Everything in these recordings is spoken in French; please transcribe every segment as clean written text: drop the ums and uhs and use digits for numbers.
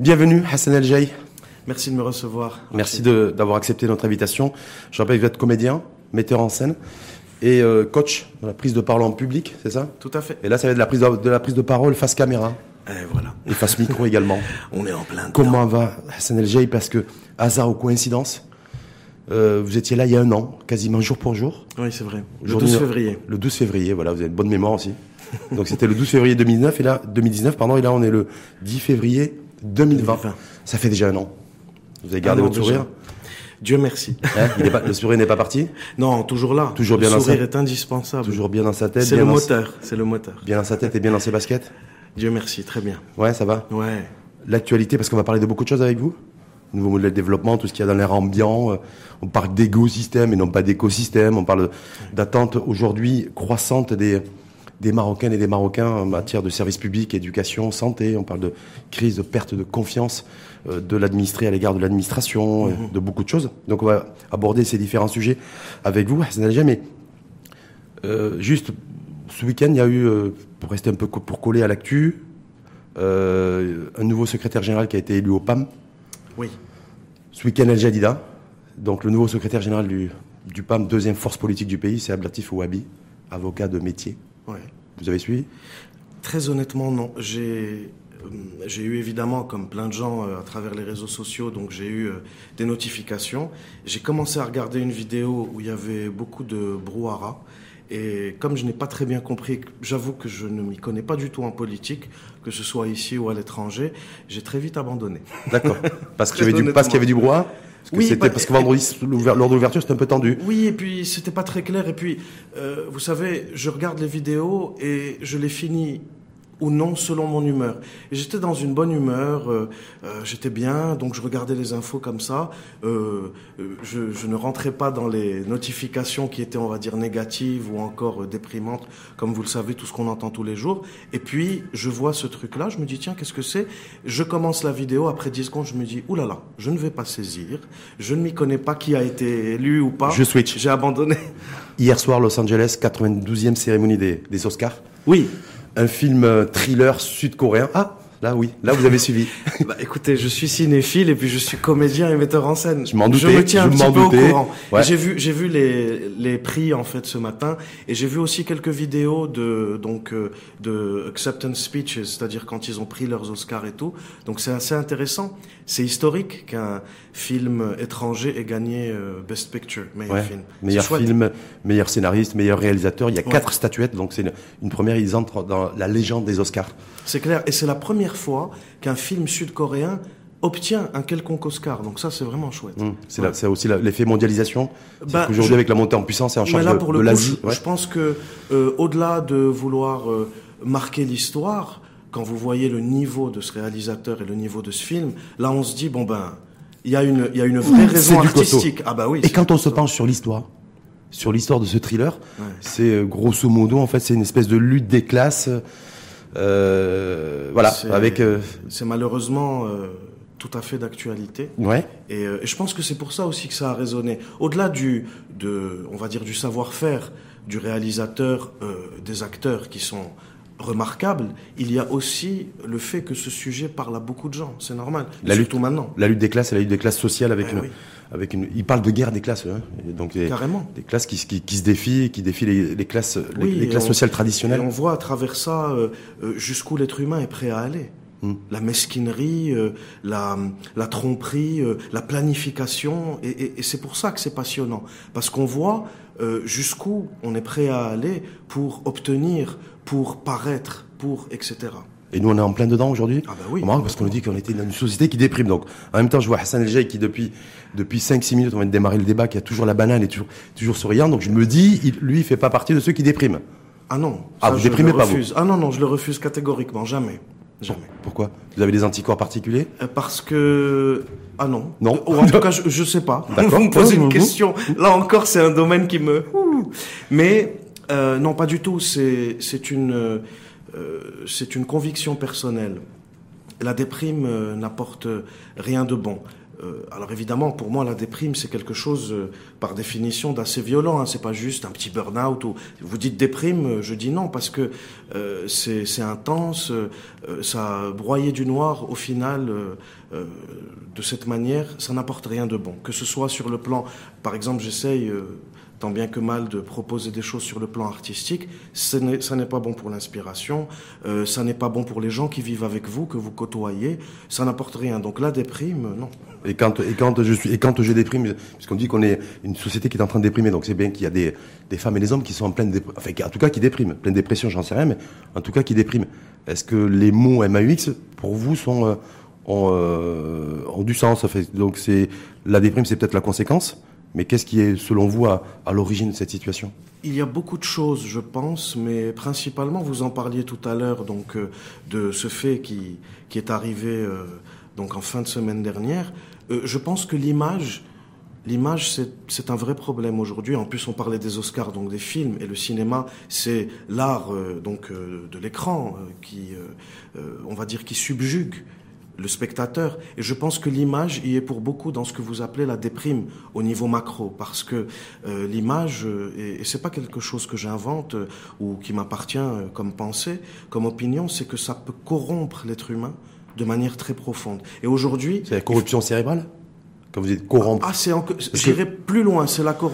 Bienvenue Hassan El Jaye. Merci de me recevoir. Merci d'avoir accepté notre invitation. Je rappelle que vous êtes comédien, metteur en scène et coach dans la prise de parole en public, c'est ça? Tout à fait. Et là, ça va être de la prise de parole face caméra. Et voilà. Et face micro également. On est en plein dedans. Comment va Hassan El Jaye? Parce que, hasard ou coïncidence, vous étiez là il y a un an, quasiment jour pour jour. Oui, c'est vrai. Le 12 février. Le 12 février, voilà, vous avez une bonne mémoire aussi. Donc c'était le 12 février 2019, et là on est le 10 février 2020. Ça fait déjà un an. Vous avez gardé votre sourire? Dieu merci. Hein, le sourire n'est pas parti? Non, toujours là. Toujours bien le dans sourire est indispensable. Toujours bien dans sa tête. C'est le moteur. C'est le moteur. Bien dans sa tête et bien dans ses baskets? Dieu merci, très bien. Ouais, ça va? Ouais. L'actualité, parce qu'on va parler de beaucoup de choses avec vous. Nouveau modèle de développement, tout ce qu'il y a dans l'air ambiant. On parle d'écosystème et non pas d'écosystème. On parle d'attente aujourd'hui croissante des Marocaines et des Marocains en matière de services publics, éducation, santé. On parle de crise, de perte de confiance de l'administré à l'égard de l'administration, de beaucoup de choses. Donc on va aborder ces différents sujets avec vous, Hassan El Jaye. Mais juste, ce week-end, il y a eu, pour rester un peu pour coller à l'actu, un nouveau secrétaire général qui a été élu au PAM. Oui. Ce week-end, El Jadida. Donc le nouveau secrétaire général du PAM, deuxième force politique du pays, c'est Abdelatif Ouabi, avocat de métier. Ouais. Vous avez suivi? Très honnêtement, non. J'ai eu évidemment, comme plein de gens, à travers les réseaux sociaux, donc j'ai eu des notifications. J'ai commencé à regarder une vidéo où il y avait beaucoup de brouhaha. Et comme je n'ai pas très bien compris, j'avoue que je ne m'y connais pas du tout en politique, que ce soit ici ou à l'étranger, j'ai très vite abandonné. D'accord. Parce qu'il y avait du brouhaha? Parce que vendredi, lors de l'ouverture, c'était un peu tendu. Oui, et puis c'était pas très clair. Et puis, vous savez, je regarde les vidéos et je les finis ou non selon mon humeur. Et j'étais dans une bonne humeur, j'étais bien, donc je regardais les infos comme ça. Je ne rentrais pas dans les notifications qui étaient, on va dire, négatives ou encore déprimantes, comme vous le savez, tout ce qu'on entend tous les jours. Et puis, je vois ce truc-là, je me dis, tiens, qu'est-ce que c'est? Je commence la vidéo, après 10 secondes, je me dis, oulala, je ne vais pas saisir, je ne m'y connais pas qui a été élu ou pas. Je switch. J'ai abandonné. Hier soir, Los Angeles, 92e cérémonie des Oscars. Oui. Un film thriller sud-coréen. Ah, là oui, là vous avez suivi. Bah, écoutez, je suis cinéphile et puis je suis comédien et metteur en scène. Je m'en doutais. Je me tiens un petit peu au courant. Ouais. J'ai vu les prix en fait ce matin et j'ai vu aussi quelques vidéos de acceptance speeches, c'est-à-dire quand ils ont pris leurs Oscars et tout. Donc c'est assez intéressant. C'est historique qu'un film étranger ait gagné Best Picture, meilleur film. Meilleur film, meilleur scénariste, meilleur réalisateur. Il y a 4 statuettes, donc c'est une première. Ils entrent dans la légende des Oscars. C'est clair, et c'est la première fois qu'un film sud-coréen obtient un quelconque Oscar. Donc ça, c'est vraiment chouette. C'est aussi l'effet mondialisation. Aujourd'hui, avec la montée en puissance et en charge de l'Asie. Je pense que au-delà de vouloir marquer l'histoire, quand vous voyez le niveau de ce réalisateur et le niveau de ce film, là, on se dit il y a une vraie raison artistique. Ah bah oui. Et quand on se penche sur l'histoire de ce thriller, c'est grosso modo, en fait, c'est une espèce de lutte des classes. Voilà, c'est malheureusement tout à fait d'actualité. Ouais. Et je pense que c'est pour ça aussi que ça a résonné. Au-delà on va dire du savoir-faire du réalisateur, des acteurs qui sont remarquables, il y a aussi le fait que ce sujet parle à beaucoup de gens. C'est normal. Surtout maintenant. La lutte des classes, c'est la lutte des classes sociales il parle de guerre des classes, hein. Donc carrément. Des classes qui se défient, qui défient les classes, les classes sociales traditionnelles. Et on voit à travers ça jusqu'où l'être humain est prêt à aller. La mesquinerie, la tromperie, la planification, et c'est pour ça que c'est passionnant, parce qu'on voit jusqu'où on est prêt à aller pour obtenir, pour paraître, etc. Et nous, on est en plein dedans aujourd'hui. Ah bah oui. Parce qu'on nous dit qu'on était dans une société qui déprime. Donc, en même temps, je vois Hassan El Jaye qui, depuis 5-6 minutes, on vient de démarrer le débat, qui a toujours la banane et toujours souriant. Donc, je me dis, lui, il fait pas partie de ceux qui dépriment. Ah non. Ah, vous déprimez pas, vous? Ah non, je le refuse catégoriquement. Jamais. Jamais. Pourquoi? Vous avez des anticorps particuliers? Parce que... Ah non. Non. Ou en tout cas, je sais pas. D'accord. Vous me posez une question. Là encore, c'est un domaine qui me... Mais non, pas du tout. C'est une conviction personnelle. La déprime n'apporte rien de bon. Alors évidemment, pour moi, la déprime, c'est quelque chose, par définition, d'assez violent. Hein. C'est pas juste un petit burn-out. Ou vous dites déprime, je dis non, parce que c'est intense. Ça broyer du noir, au final, de cette manière, ça n'apporte rien de bon. Que ce soit sur le plan, par exemple, j'essaye tant bien que mal de proposer des choses sur le plan artistique, ça n'est pas bon pour l'inspiration, ça n'est pas bon pour les gens qui vivent avec vous, que vous côtoyez, ça n'apporte rien. Donc la déprime, non. Et quand je déprime, puisqu'on dit qu'on est une société qui est en train de déprimer, donc c'est bien qu'il y a des femmes et des hommes qui sont en pleine dépression, enfin en tout cas qui dépriment, pleine dépression, j'en sais rien, mais en tout cas qui dépriment. Est-ce que les mots MAUX pour vous ont du sens? Donc la déprime, c'est peut-être la conséquence. Mais qu'est-ce qui est, selon vous, à l'origine de cette situation? Il y a beaucoup de choses, je pense, mais principalement, vous en parliez tout à l'heure, donc de ce fait qui est arrivé donc en fin de semaine dernière. Je pense que l'image, c'est un vrai problème aujourd'hui. En plus, on parlait des Oscars, donc des films, et le cinéma, c'est l'art de l'écran qui, on va dire, qui subjugue le spectateur. Et je pense que l'image y est pour beaucoup dans ce que vous appelez la déprime au niveau macro, parce que l'image, et c'est pas quelque chose que j'invente ou qui m'appartient comme pensée, comme opinion, c'est que ça peut corrompre l'être humain de manière très profonde. Et aujourd'hui... C'est la corruption cérébrale? Quand vous dites corrompre... J'irai plus loin,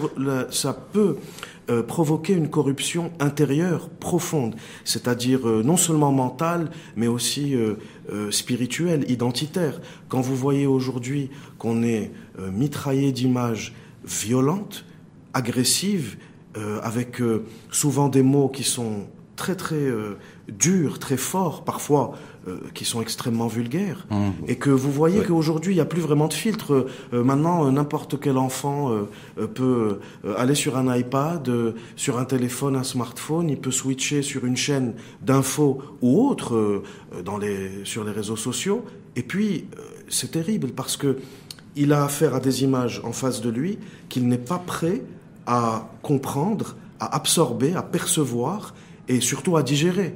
ça peut... provoquer une corruption intérieure profonde, c'est-à-dire non seulement mentale, mais aussi spirituelle, identitaire. Quand vous voyez aujourd'hui qu'on est mitraillé d'images violentes, agressives, avec souvent des mots qui sont très très durs, très forts, parfois qui sont extrêmement vulgaires, et que vous voyez qu'aujourd'hui il n'y a plus vraiment de filtre. Maintenant, n'importe quel enfant peut aller sur un iPad, sur un téléphone, un smartphone, il peut switcher sur une chaîne d'infos ou autre sur les réseaux sociaux, et puis c'est terrible parce que il a affaire à des images en face de lui qu'il n'est pas prêt à comprendre, à absorber, à percevoir et surtout à digérer.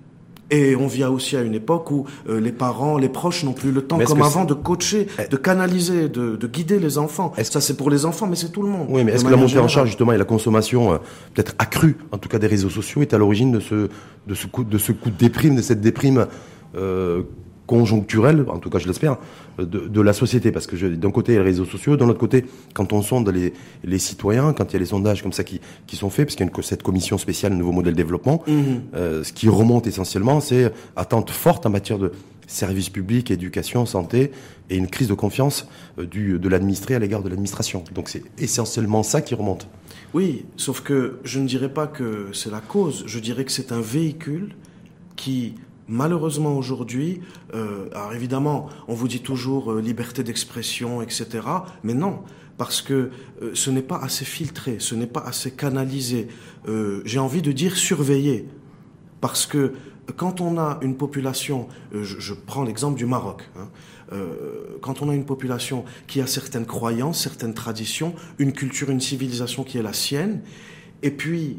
Et on vient aussi à une époque où les parents, les proches n'ont plus le temps, comme avant, de coacher, de canaliser, de guider les enfants. Ça, c'est pour les enfants, mais c'est tout le monde. Oui, mais est-ce que la montée en charge, justement, et la consommation, peut-être accrue, en tout cas des réseaux sociaux, est à l'origine de ce coup de déprime, de cette déprime conjoncturelle, en tout cas je l'espère, de la société? Parce que d'un côté il y a les réseaux sociaux, d'un autre côté, quand on sonde les citoyens, quand il y a les sondages comme ça qui sont faits, parce qu'il y a cette commission spéciale nouveau modèle développement, ce qui remonte essentiellement, c'est attente forte en matière de services publics, éducation, santé, et une crise de confiance de l'administré à l'égard de l'administration. Donc c'est essentiellement ça qui remonte. Oui, sauf que je ne dirais pas que c'est la cause, je dirais que c'est un véhicule qui... Malheureusement aujourd'hui, alors évidemment, on vous dit toujours liberté d'expression, etc. Mais non, parce que ce n'est pas assez filtré, ce n'est pas assez canalisé. J'ai envie de dire surveillé, parce que quand on a une population, je prends l'exemple du Maroc, quand on a une population qui a certaines croyances, certaines traditions, une culture, une civilisation qui est la sienne, et puis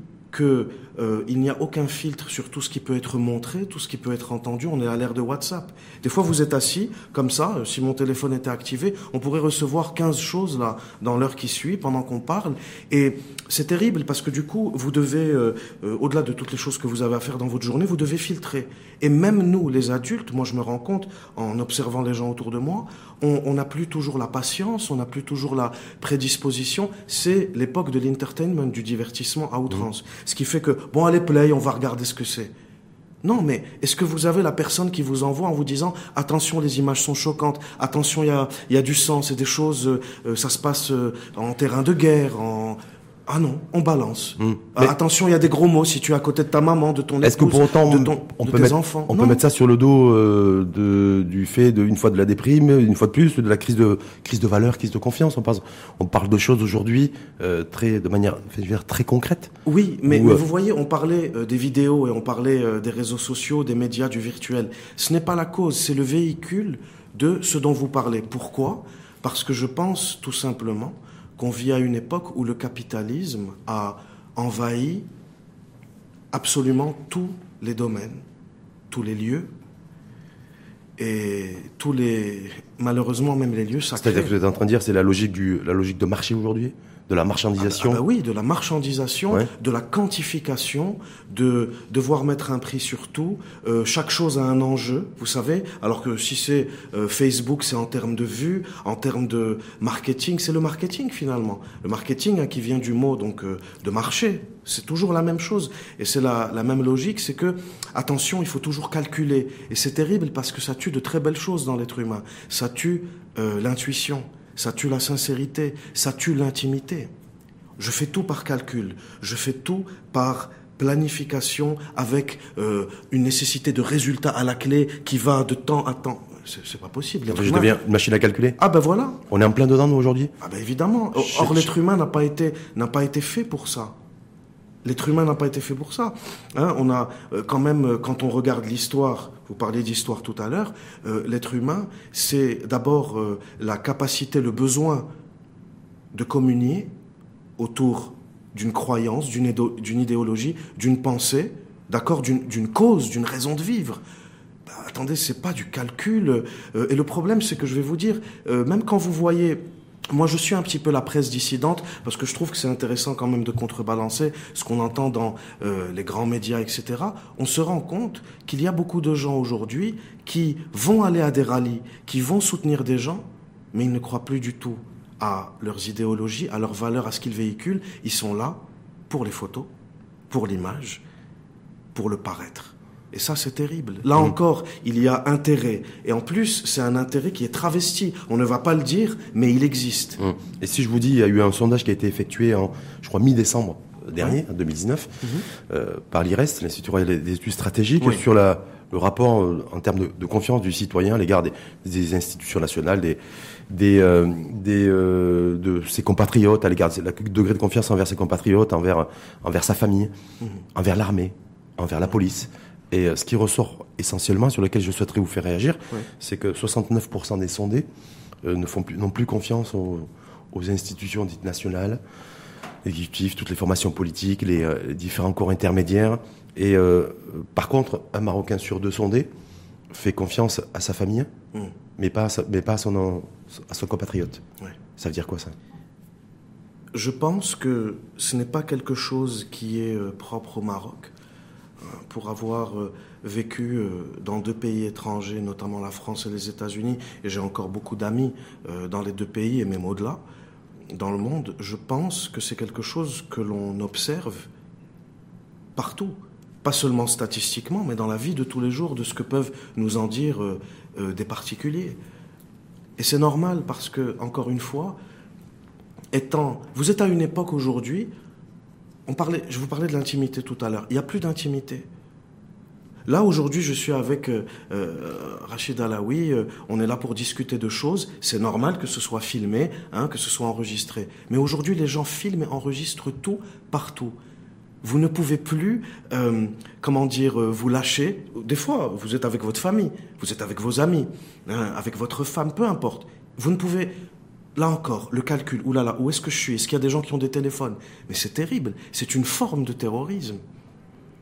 qu'il n'y a aucun filtre sur tout ce qui peut être montré, tout ce qui peut être entendu. On est à l'ère de WhatsApp. Des fois, vous êtes assis, comme ça, si mon téléphone était activé, on pourrait recevoir 15 choses là dans l'heure qui suit, pendant qu'on parle. Et c'est terrible, parce que du coup, vous devez, au-delà de toutes les choses que vous avez à faire dans votre journée, vous devez filtrer. Et même nous, les adultes, moi je me rends compte, en observant les gens autour de moi, on n'a plus toujours la patience, on n'a plus toujours la prédisposition. C'est l'époque de l'entertainment, du divertissement à outrance. Ce qui fait que, bon, allez, play, on va regarder ce que c'est. Non, mais est-ce que vous avez la personne qui vous envoie en vous disant « Attention, les images sont choquantes. Attention, il y a du sang, c'est des choses... ça se passe en terrain de guerre, en... » Ah non, on balance. Attention, il y a des gros mots si tu es à côté de ta maman, de ton épouse, est-ce que pour autant, de tes enfants. On peut mettre ça sur le dos du fait une fois de la déprime, une fois de plus, de la crise de valeur, crise de confiance. On parle de choses aujourd'hui de manière très concrète. Oui, mais vous voyez, on parlait des vidéos et on parlait des réseaux sociaux, des médias, du virtuel. Ce n'est pas la cause, c'est le véhicule de ce dont vous parlez. Pourquoi ? Parce que je pense tout simplement qu'on vit à une époque où le capitalisme a envahi absolument tous les domaines, tous les lieux, Et malheureusement, même les lieux sacrés. C'est-à-dire que vous êtes en train de dire, c'est la logique de marché aujourd'hui, de la marchandisation. Oui, de la marchandisation, ouais. De la quantification, de devoir mettre un prix sur tout. Chaque chose a un enjeu, vous savez. Alors que si c'est Facebook, c'est en termes de vues, en termes de marketing, c'est le marketing finalement. Le marketing qui vient du mot donc de marché. C'est toujours la même chose. Et c'est la même logique, c'est que, attention, il faut toujours calculer. Et c'est terrible parce que ça tue de très belles choses dans l'être humain. Ça tue l'intuition, ça tue la sincérité, ça tue l'intimité. Je fais tout par calcul, je fais tout par planification avec une nécessité de résultat à la clé qui va de temps à temps. C'est pas possible. Je deviens une machine à calculer. Ah ben voilà. On est en plein dedans nous aujourd'hui. Ah ben évidemment. Or l'être humain n'a pas été fait pour ça. L'être humain n'a pas été fait pour ça. Hein, on a quand même, quand on regarde l'histoire, vous parliez d'histoire tout à l'heure, l'être humain, c'est d'abord la capacité, le besoin de communier autour d'une croyance, d'une idéologie, d'une pensée, d'accord, d'une cause, d'une raison de vivre. Attendez, c'est pas du calcul. Et le problème, c'est que je vais vous dire, même quand vous voyez... Moi, je suis un petit peu la presse dissidente parce que je trouve que c'est intéressant quand même de contrebalancer ce qu'on entend dans les grands médias, etc. On se rend compte qu'il y a beaucoup de gens aujourd'hui qui vont aller à des rallyes, qui vont soutenir des gens, mais ils ne croient plus du tout à leurs idéologies, à leurs valeurs, à ce qu'ils véhiculent. Ils sont là pour les photos, pour l'image, pour le paraître. Et ça, c'est terrible. Là encore, il y a intérêt. Et en plus, c'est un intérêt qui est travesti. On ne va pas le dire, mais il existe. Et si je vous dis, il y a eu un sondage qui a été effectué en, je crois, mi-décembre dernier, en 2019, par l'IRES, l'Institut Royal des études stratégiques, sur le rapport en termes de confiance du citoyen à l'égard des institutions nationales, de ses compatriotes, à l'égard de degré de confiance envers ses compatriotes, envers sa famille, envers l'armée, envers la police. Et ce qui ressort essentiellement, sur lequel je souhaiterais vous faire réagir, c'est que 69% des sondés n'ont plus confiance aux institutions dites nationales, l'exécutif, toutes les formations politiques, les différents corps intermédiaires. Et par contre, un Marocain sur deux sondés fait confiance à sa famille, mais pas à son compatriote. Ouais. Ça veut dire quoi, ça ? Je pense que ce n'est pas quelque chose qui est propre au Maroc. Pour avoir vécu dans deux pays étrangers, notamment la France et les États-Unis, et j'ai encore beaucoup d'amis dans les deux pays et même au-delà, dans le monde, je pense que c'est quelque chose que l'on observe partout. Pas seulement statistiquement, mais dans la vie de tous les jours, de ce que peuvent nous en dire des particuliers. Et c'est normal parce que, encore une fois, vous êtes à une époque aujourd'hui, je vous parlais de l'intimité tout à l'heure. Il n'y a plus d'intimité. Là, aujourd'hui, je suis avec Rachid Alaoui. On est là pour discuter de choses. C'est normal que ce soit filmé, que ce soit enregistré. Mais aujourd'hui, les gens filment et enregistrent tout, partout. Vous ne pouvez plus, vous lâcher. Des fois, vous êtes avec votre famille, vous êtes avec vos amis, avec votre femme, peu importe. Vous ne pouvez... Là encore, le calcul, oulala, où est-ce que je suis ? Est-ce qu'il y a des gens qui ont des téléphones ? Mais c'est terrible, c'est une forme de terrorisme. Pourquoi ?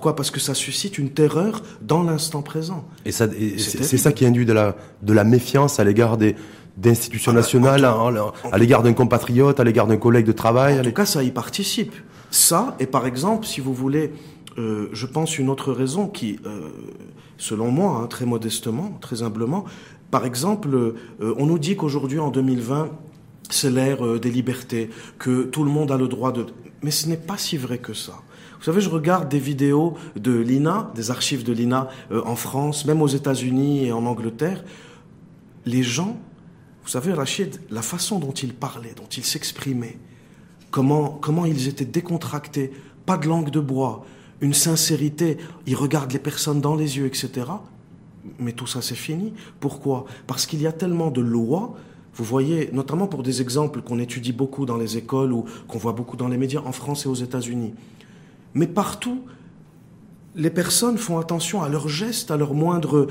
Parce que ça suscite une terreur dans l'instant présent. Et c'est ça qui induit de la méfiance à l'égard d'institutions nationales, à l'égard d'un compatriote, à l'égard d'un collègue de travail. En tout cas, ça y participe. Ça, et par exemple, si vous voulez, je pense une autre raison qui, selon moi, très modestement, très humblement, par exemple, on nous dit qu'aujourd'hui, en 2020, c'est l'ère des libertés, que tout le monde a le droit de... Mais ce n'est pas si vrai que ça. Vous savez, je regarde des vidéos de l'INA, des archives de l'INA en France, même aux États-Unis et en Angleterre. Les gens, vous savez, Rachid, la façon dont ils parlaient, dont ils s'exprimaient, comment ils étaient décontractés, pas de langue de bois, une sincérité, ils regardent les personnes dans les yeux, etc. Mais tout ça, c'est fini. Pourquoi ? Parce qu'il y a tellement de lois, vous voyez, notamment pour des exemples qu'on étudie beaucoup dans les écoles ou qu'on voit beaucoup dans les médias en France et aux États-Unis. Mais partout, les personnes font attention à leurs gestes, à leurs moindres...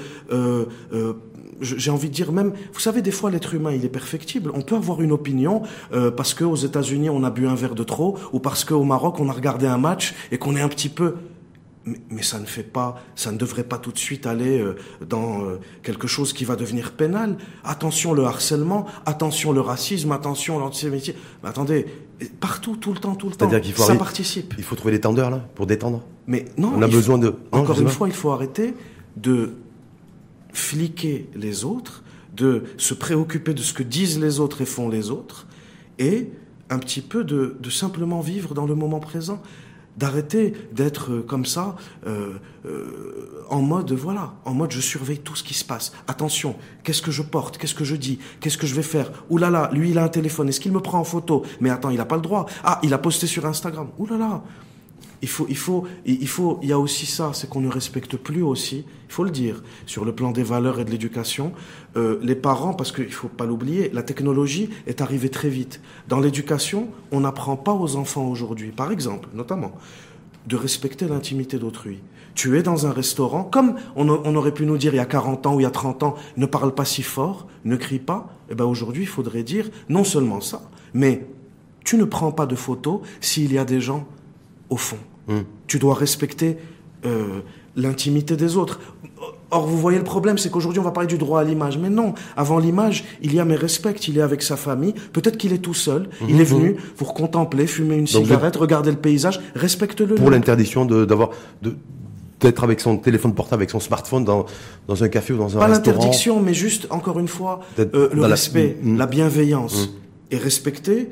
j'ai envie de dire même... Vous savez, des fois, l'être humain, il est perfectible. On peut avoir une opinion parce qu'aux États-Unis, on a bu un verre de trop ou parce qu'au Maroc, on a regardé un match et qu'on est un petit peu... Mais ça ne devrait pas tout de suite aller dans quelque chose qui va devenir pénal. Attention le harcèlement, attention le racisme, attention l'antisémitisme. Mais attendez, partout, tout le temps, C'est-à-dire qu'il faut ça participe. Il faut trouver des tendeurs là pour détendre. Mais non, on a besoin de. Encore une fois, il faut arrêter de fliquer les autres, de se préoccuper de ce que disent les autres et font les autres, et un petit peu de simplement vivre dans le moment présent. D'arrêter d'être comme ça, en mode je surveille tout ce qui se passe. Attention, qu'est-ce que je porte, qu'est-ce que je dis, qu'est-ce que je vais faire. Ouh là là, lui il a un téléphone, est-ce qu'il me prend en photo? Mais attends, il n'a pas le droit. Ah, il a posté sur Instagram. Ouh là là. Il y a aussi ça, c'est qu'on ne respecte plus aussi, il faut le dire, sur le plan des valeurs et de l'éducation, les parents, parce qu'il ne faut pas l'oublier, la technologie est arrivée très vite. Dans l'éducation, on n'apprend pas aux enfants aujourd'hui, par exemple, notamment, de respecter l'intimité d'autrui. Tu es dans un restaurant, comme on aurait pu nous dire il y a 40 ans ou il y a 30 ans, ne parle pas si fort, ne crie pas, eh ben aujourd'hui il faudrait dire non seulement ça, mais tu ne prends pas de photos s'il y a des gens au fond. Tu dois respecter l'intimité des autres. Or, vous voyez le problème, c'est qu'aujourd'hui, on va parler du droit à l'image. Mais non, avant l'image, il y a mes respects, il est avec sa famille. Peut-être qu'il est tout seul. Il est venu pour contempler, fumer une cigarette, regarder le paysage. Respecte-le. Pour l'interdiction d'être avec son téléphone portable, avec son smartphone dans un café ou dans un restaurant. Pas l'interdiction, mais juste, encore une fois, le respect, la bienveillance. Et respecter...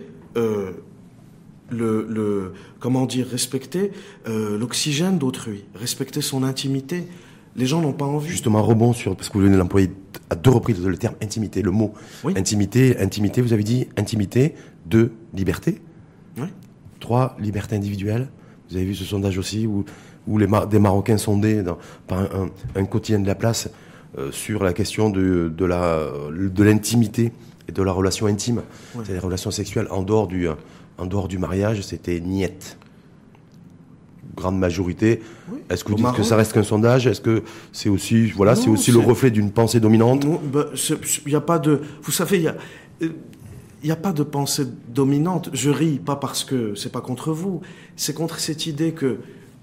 respecter l'oxygène d'autrui, respecter son intimité. Les gens n'ont pas envie. Justement, rebond sur, parce que vous venez de l'employer à 2 reprises, le terme intimité, le mot. Oui. Intimité, vous avez dit intimité, 2, liberté. Oui. 3, liberté individuelle. Vous avez vu ce sondage aussi où des Marocains sondés par un quotidien de la place sur la question de l'intimité et de la relation intime. Oui. C'est les relations sexuelles en dehors du mariage, c'était niette. Grande majorité. Oui. Est-ce que vous dites que ça reste qu'un sondage? Est-ce que c'est aussi, le reflet d'une pensée dominante? Il n'y a pas de, vous savez, il n'y a pas de pensée dominante. Je ris pas parce que c'est pas contre vous, c'est contre cette idée que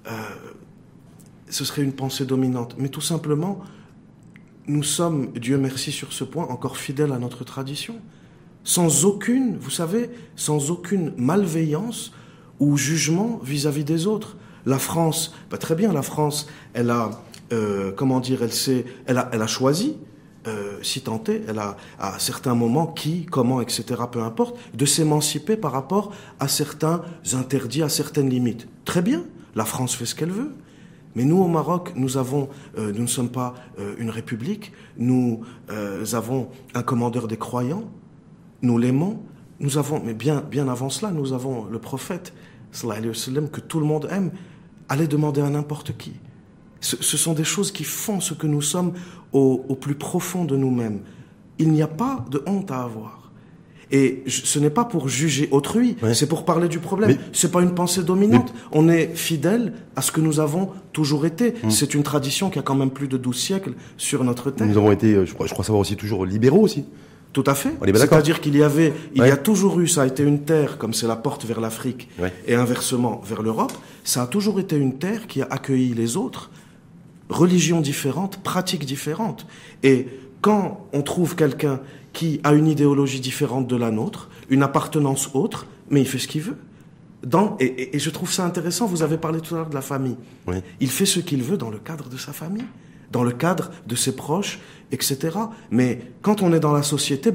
ce serait une pensée dominante. Mais tout simplement, nous sommes, Dieu merci sur ce point, encore fidèles à notre tradition. Sans aucune malveillance ou jugement vis-à-vis des autres. La France, très bien, la France, elle a choisi, si tant est, elle a à certains moments qui, comment, etc., peu importe, de s'émanciper par rapport à certains interdits, à certaines limites. Très bien, la France fait ce qu'elle veut. Mais nous, au Maroc, nous ne sommes pas une république, nous avons un commandeur des croyants. Nous l'aimons, mais bien avant cela, nous avons le prophète, sallallahu alayhi wa sallam, que tout le monde aime, aller demander à n'importe qui. Ce sont des choses qui font ce que nous sommes au plus profond de nous-mêmes. Il n'y a pas de honte à avoir. Et ce n'est pas pour juger autrui, c'est pour parler du problème. C'est pas une pensée dominante. On est fidèle à ce que nous avons toujours été. C'est une tradition qui a quand même plus de 12 siècles sur notre terre. Nous avons été, je crois savoir aussi, toujours libéraux aussi. Tout à fait. C'est-à-dire qu'il y a toujours eu, ça a été une terre, comme c'est la porte vers l'Afrique, et inversement vers l'Europe, ça a toujours été une terre qui a accueilli les autres, religions différentes, pratiques différentes. Et quand on trouve quelqu'un qui a une idéologie différente de la nôtre, une appartenance autre, mais il fait ce qu'il veut. Et je trouve ça intéressant, vous avez parlé tout à l'heure de la famille. Oui. Il fait ce qu'il veut dans le cadre de sa famille, dans le cadre de ses proches, etc. Mais quand on est dans la société,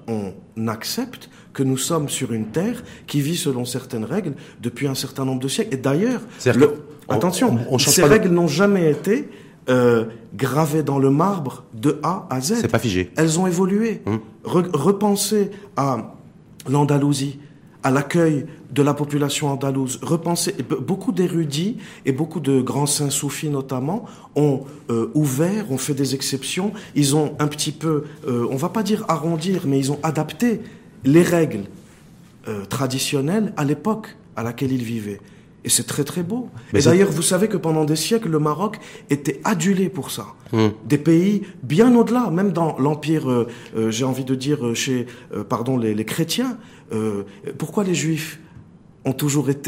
on accepte que nous sommes sur une terre qui vit selon certaines règles depuis un certain nombre de siècles. Et d'ailleurs, attention, ces règles n'ont jamais été gravées dans le marbre de A à Z. C'est pas figé. Elles ont évolué. Repensez à l'Andalousie, à l'accueil de la population andalouse. Repensez, beaucoup d'érudits et beaucoup de grands saints soufis notamment ont ouvert, ont fait des exceptions. Ils ont un petit peu, on va pas dire arrondir, mais ils ont adapté les règles traditionnelles à l'époque à laquelle ils vivaient. Et c'est très très beau. Mais et d'ailleurs, vous savez que pendant des siècles, le Maroc était adulé pour ça. Des pays bien au-delà, même dans l'Empire, j'ai envie de dire, les chrétiens. Pourquoi les Juifs ont toujours été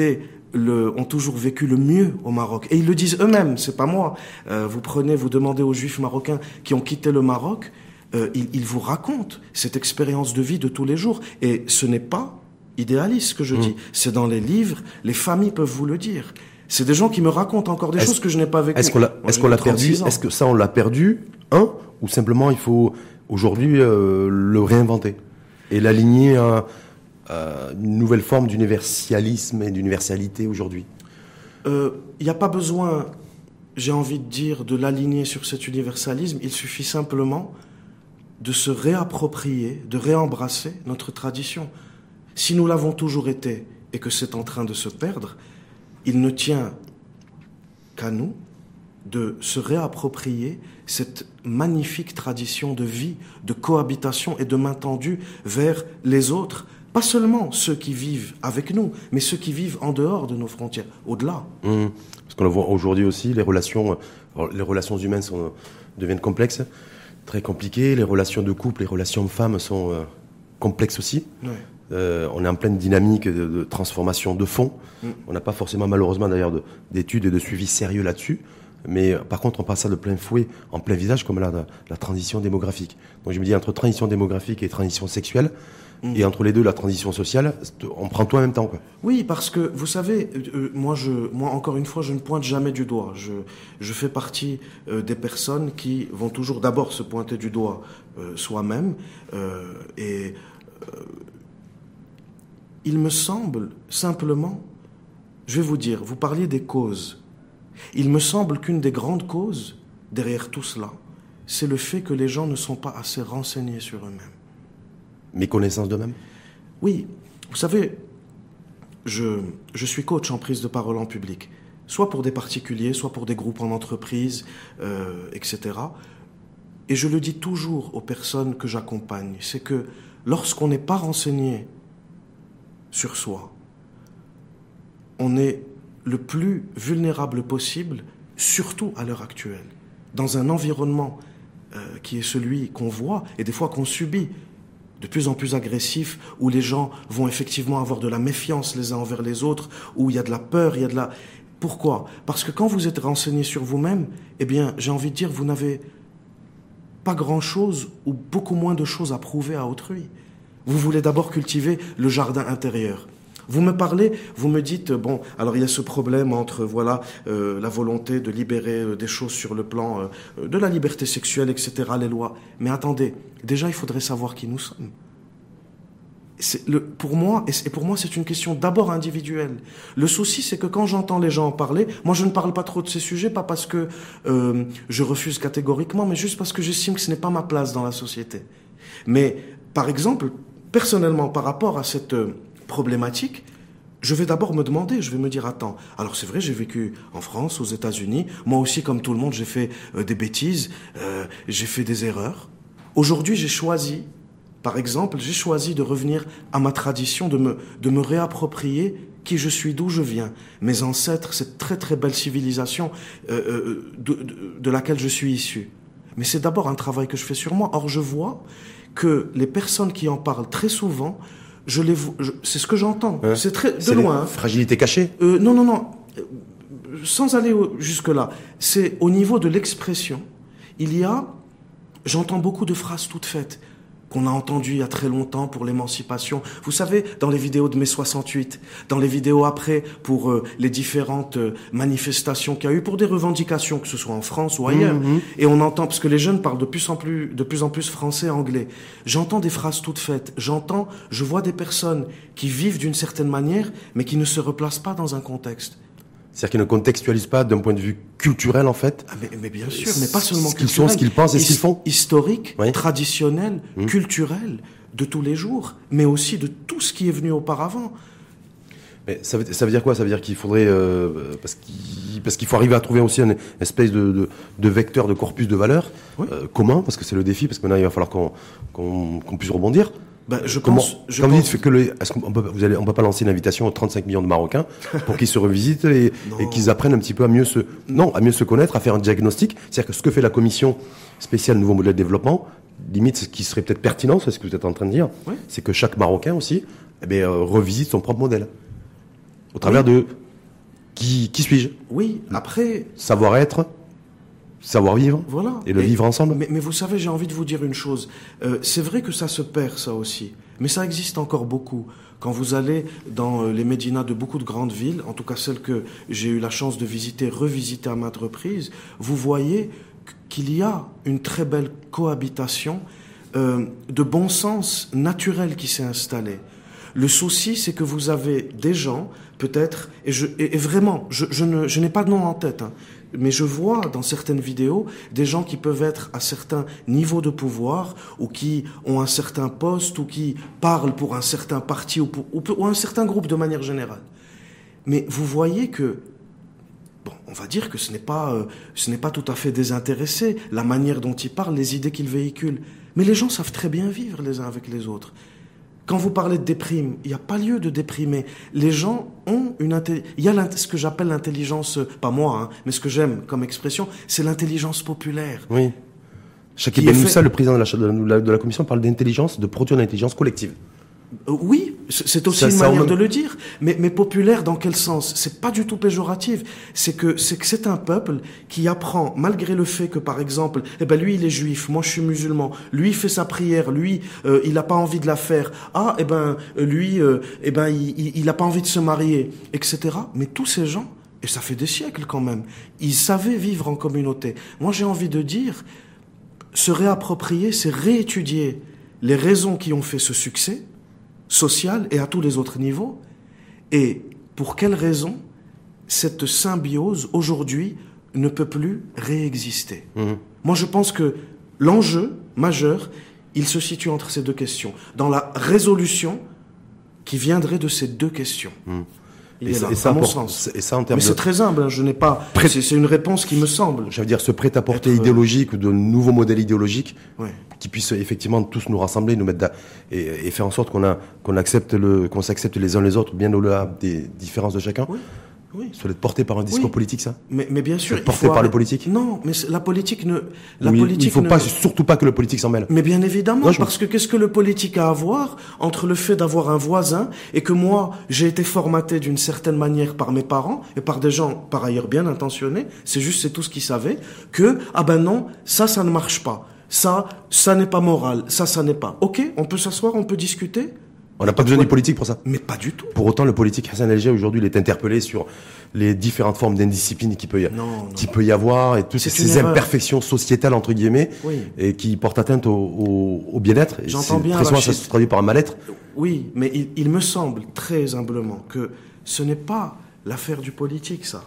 ont toujours vécu le mieux au Maroc. Et ils le disent eux-mêmes, c'est pas moi. Vous demandez aux Juifs marocains qui ont quitté le Maroc, ils vous racontent cette expérience de vie de tous les jours. Et ce n'est pas idéaliste ce que je dis. C'est dans les livres, les familles peuvent vous le dire. C'est des gens qui me racontent encore des choses que je n'ai pas vécues. Est-ce qu'on l'a perdu? Est-ce que ça, on l'a perdu, ou simplement il faut aujourd'hui le réinventer et l'aligner à une nouvelle forme d'universalisme et d'universalité aujourd'hui? Il n'y a pas besoin, j'ai envie de dire, de l'aligner sur cet universalisme. Il suffit simplement de se réapproprier, de réembrasser notre tradition. Si nous l'avons toujours été et que c'est en train de se perdre, il ne tient qu'à nous de se réapproprier cette magnifique tradition de vie, de cohabitation et de main tendue vers les autres, pas seulement ceux qui vivent avec nous, mais ceux qui vivent en dehors de nos frontières, au-delà. Parce qu'on le voit aujourd'hui aussi, les relations humaines deviennent complexes, très compliquées, les relations de couple, les relations de femmes sont complexes aussi. Ouais. On est en pleine dynamique de transformation de fond. On n'a pas forcément, malheureusement d'ailleurs, d'études et de suivi sérieux là-dessus. Mais par contre, on passe ça de plein fouet, en plein visage, comme la transition démographique. Donc je me dis, entre transition démographique et transition sexuelle, et entre les deux, la transition sociale, on prend tout en même temps, quoi. Oui, parce que, vous savez, moi, encore une fois, je ne pointe jamais du doigt. Je fais partie des personnes qui vont toujours d'abord se pointer du doigt soi-même. Il me semble, simplement, je vais vous dire, vous parliez des causes. Il me semble qu'une des grandes causes, derrière tout cela, c'est le fait que les gens ne sont pas assez renseignés sur eux-mêmes. Méconnaissance d'eux-mêmes? Oui, vous savez, je suis coach en prise de parole en public, soit pour des particuliers, soit pour des groupes en entreprise, etc. Et je le dis toujours aux personnes que j'accompagne, c'est que lorsqu'on n'est pas renseigné sur soi, on est le plus vulnérable possible, surtout à l'heure actuelle, dans un environnement qui est celui qu'on voit et des fois qu'on subit, de plus en plus agressif, où les gens vont effectivement avoir de la méfiance les uns envers les autres, où il y a de la peur, il y a de la... Pourquoi? Parce que quand vous êtes renseigné sur vous-même, eh bien, j'ai envie de dire, vous n'avez pas grand-chose ou beaucoup moins de choses à prouver à autrui. Vous voulez d'abord cultiver le jardin intérieur. Vous me parlez, vous me dites, bon, alors il y a ce problème entre, la volonté de libérer des choses sur le plan de la liberté sexuelle, etc., les lois. Mais attendez, déjà, il faudrait savoir qui nous sommes. Pour moi, c'est une question d'abord individuelle. Le souci, c'est que quand j'entends les gens en parler, moi, je ne parle pas trop de ces sujets, pas parce que je refuse catégoriquement, mais juste parce que j'estime que ce n'est pas ma place dans la société. Mais, par exemple, personnellement, par rapport à cette problématique, je vais d'abord me demander, je vais me dire, attends, alors c'est vrai, j'ai vécu en France, aux États-Unis, moi aussi, comme tout le monde, j'ai fait des bêtises, j'ai fait des erreurs. Aujourd'hui, j'ai choisi de revenir à ma tradition, de me réapproprier qui je suis, d'où je viens. Mes ancêtres, cette très très belle civilisation de laquelle je suis issu. Mais c'est d'abord un travail que je fais sur moi. Or, je vois que les personnes qui en parlent très souvent, c'est ce que j'entends. Ouais. C'est de loin. Fragilité cachée? Non. Sans aller jusque-là. C'est au niveau de l'expression. J'entends beaucoup de phrases toutes faites qu'on a entendues il y a très longtemps pour l'émancipation. Vous savez, dans les vidéos de mai 68, dans les vidéos après pour les différentes manifestations qu'il y a eu pour des revendications, que ce soit en France ou ailleurs. Et on entend, parce que les jeunes parlent de plus en plus français et anglais. J'entends des phrases toutes faites. Je vois des personnes qui vivent d'une certaine manière, mais qui ne se replacent pas dans un contexte. C'est-à-dire qu'ils ne contextualisent pas d'un point de vue culturel, en fait. Mais bien sûr, mais pas seulement ce qu'ils culturel. sont, ce qu'ils pensent et ce qu'ils font. Historique, oui. Traditionnel, culturel, de tous les jours, mais aussi de tout ce qui est venu auparavant. Mais ça veut dire quoi? Ça veut dire qu'il faudrait... parce qu'il faut arriver à trouver aussi une espèce de vecteur, de corpus de valeurs. Oui. Commun, parce que c'est le défi, parce que maintenant, il va falloir qu'on puisse rebondir. Je pense est-ce qu'on peut pas lancer une invitation aux 35 millions de Marocains pour qu'ils se revisitent et qu'ils apprennent un petit peu à mieux se connaître, à faire un diagnostic. C'est-à-dire que ce que fait la commission spéciale Nouveau Modèle de Développement, limite, ce qui serait peut-être pertinent, c'est ce que vous êtes en train de dire, c'est que chaque Marocain aussi, revisite son propre modèle. Au travers de Qui suis-je? Oui, après... Savoir-être, savoir-vivre, voilà. Et le vivre ensemble. Mais vous savez, j'ai envie de vous dire une chose. C'est vrai que ça se perd, ça aussi. Mais ça existe encore beaucoup. Quand vous allez dans les médinas de beaucoup de grandes villes, en tout cas celles que j'ai eu la chance de visiter, revisiter à maintes reprises, vous voyez qu'il y a une très belle cohabitation de bon sens naturel qui s'est installée. Le souci, c'est que vous avez des gens, peut-être, et vraiment, je n'ai pas de nom en tête, hein, mais je vois dans certaines vidéos des gens qui peuvent être à certains niveaux de pouvoir, ou qui ont un certain poste, ou qui parlent pour un certain parti, ou un certain groupe de manière générale. Mais vous voyez que, bon, on va dire que ce n'est pas tout à fait désintéressé, la manière dont ils parlent, les idées qu'ils véhiculent. Mais les gens savent très bien vivre les uns avec les autres. Quand vous parlez de déprime, il n'y a pas lieu de déprimer. Les gens ont il y a ce que j'appelle l'intelligence, pas moi, hein, mais ce que j'aime comme expression, c'est l'intelligence populaire. Oui. Shakib Ben Moussa, le président de la commission, parle d'intelligence, de produire une intelligence collective. Oui, c'est aussi une manière de le dire, mais populaire dans quel sens? C'est pas du tout péjoratif. C'est que c'est un peuple qui apprend, malgré le fait que par exemple, lui il est juif, moi je suis musulman, lui il fait sa prière, lui il a pas envie de la faire, lui il a pas envie de se marier, etc. Mais tous ces gens, et ça fait des siècles quand même, ils savaient vivre en communauté. Moi j'ai envie de dire, se réapproprier, c'est réétudier les raisons qui ont fait ce succès social et à tous les autres niveaux, et pour quelles raisons cette symbiose aujourd'hui ne peut plus réexister. Moi je pense que l'enjeu majeur, il se situe entre ces deux questions, dans la résolution qui viendrait de ces deux questions. Et ça, à mon sens. Et ça, en termes mais c'est très humble, hein, je n'ai pas. C'est une réponse qui me semble. Je veux dire, ce prêt-à-porter idéologique ou de nouveaux modèles idéologiques qui puissent effectivement tous nous rassembler, nous mettre et faire en sorte qu'on s'accepte les uns les autres, bien au-delà des différences de chacun. Oui. Soit être porté par un discours politique, ça. Mais bien sûr. Porté par le politique. Non, mais la politique ne. Il ne faut surtout pas que le politique s'en mêle. Mais bien évidemment, parce que qu'est-ce que le politique a à voir entre le fait d'avoir un voisin et que moi j'ai été formaté d'une certaine manière par mes parents et par des gens par ailleurs bien intentionnés. C'est tout ce qu'ils savaient que non, ça ne marche pas. Ça n'est pas moral. Ça n'est pas. Ok, on peut s'asseoir, on peut discuter. On n'a pas besoin des politiques pour ça. Mais pas du tout. Pour autant, le politique Hassan El-Jaya, aujourd'hui, il est interpellé sur les différentes formes d'indiscipline qu'il peut y avoir et toutes ces imperfections sociétales, entre guillemets, et qui portent atteinte au bien-être. J'entends bien. Très souvent, ça se traduit par un mal-être. Oui, mais il me semble, très humblement, que ce n'est pas l'affaire du politique, ça.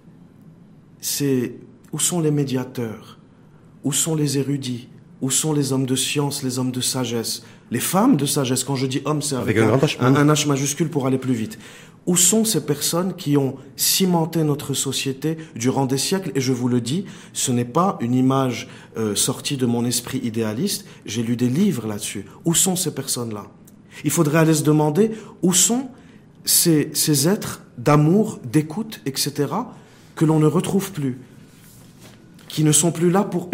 C'est où sont les médiateurs? Où sont les érudits? Où sont les hommes de science, les hommes de sagesse? Les femmes de sagesse, quand je dis homme, c'est avec un H majuscule pour aller plus vite. Où sont ces personnes qui ont cimenté notre société durant des siècles? Et je vous le dis, ce n'est pas une image sortie de mon esprit idéaliste. J'ai lu des livres là-dessus. Où sont ces personnes-là? Il faudrait aller se demander où sont ces êtres d'amour, d'écoute, etc., que l'on ne retrouve plus, qui ne sont plus là pour...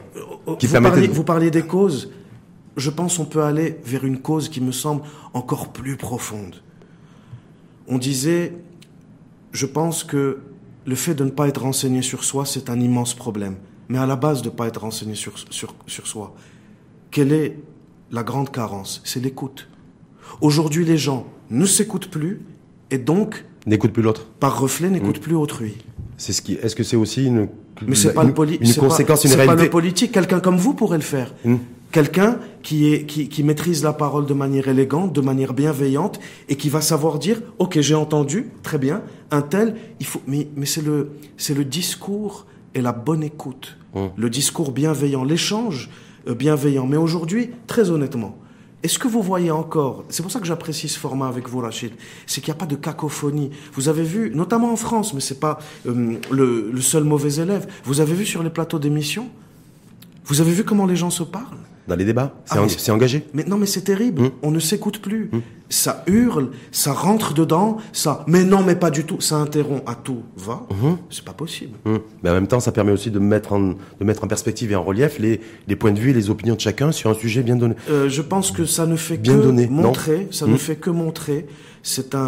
Vous parliez des causes. Je pense qu'on peut aller vers une cause qui me semble encore plus profonde. On disait, je pense que le fait de ne pas être renseigné sur soi, c'est un immense problème. Mais à la base de ne pas être renseigné sur soi, quelle est la grande carence? C'est l'écoute. Aujourd'hui, les gens ne s'écoutent plus et donc... N'écoutent plus l'autre. Par reflet, n'écoutent plus autrui. Est-ce que c'est aussi une conséquence, une réalité? C'est pas le politique. Quelqu'un comme vous pourrait le faire. Quelqu'un qui maîtrise la parole de manière élégante, de manière bienveillante, et qui va savoir dire, ok, j'ai entendu, très bien, un tel, il faut, mais c'est le discours et la bonne écoute, le discours bienveillant, l'échange bienveillant. Mais aujourd'hui, très honnêtement, est-ce que vous voyez encore, c'est pour ça que j'apprécie ce format avec vous, Rachid, c'est qu'il n'y a pas de cacophonie. Vous avez vu, notamment en France, mais c'est pas le seul mauvais élève, vous avez vu sur les plateaux d'émission, vous avez vu comment les gens se parlent? Dans les débats, c'est engagé. Mais non, mais c'est terrible. On ne s'écoute plus. Ça hurle, ça rentre dedans, ça. Mais non, mais pas du tout. Ça interrompt à tout. C'est pas possible. Mais en même temps, ça permet aussi de mettre en perspective et en relief les points de vue et les opinions de chacun sur un sujet bien donné. Je pense que ça ne fait que montrer. Ça ne fait que montrer. C'est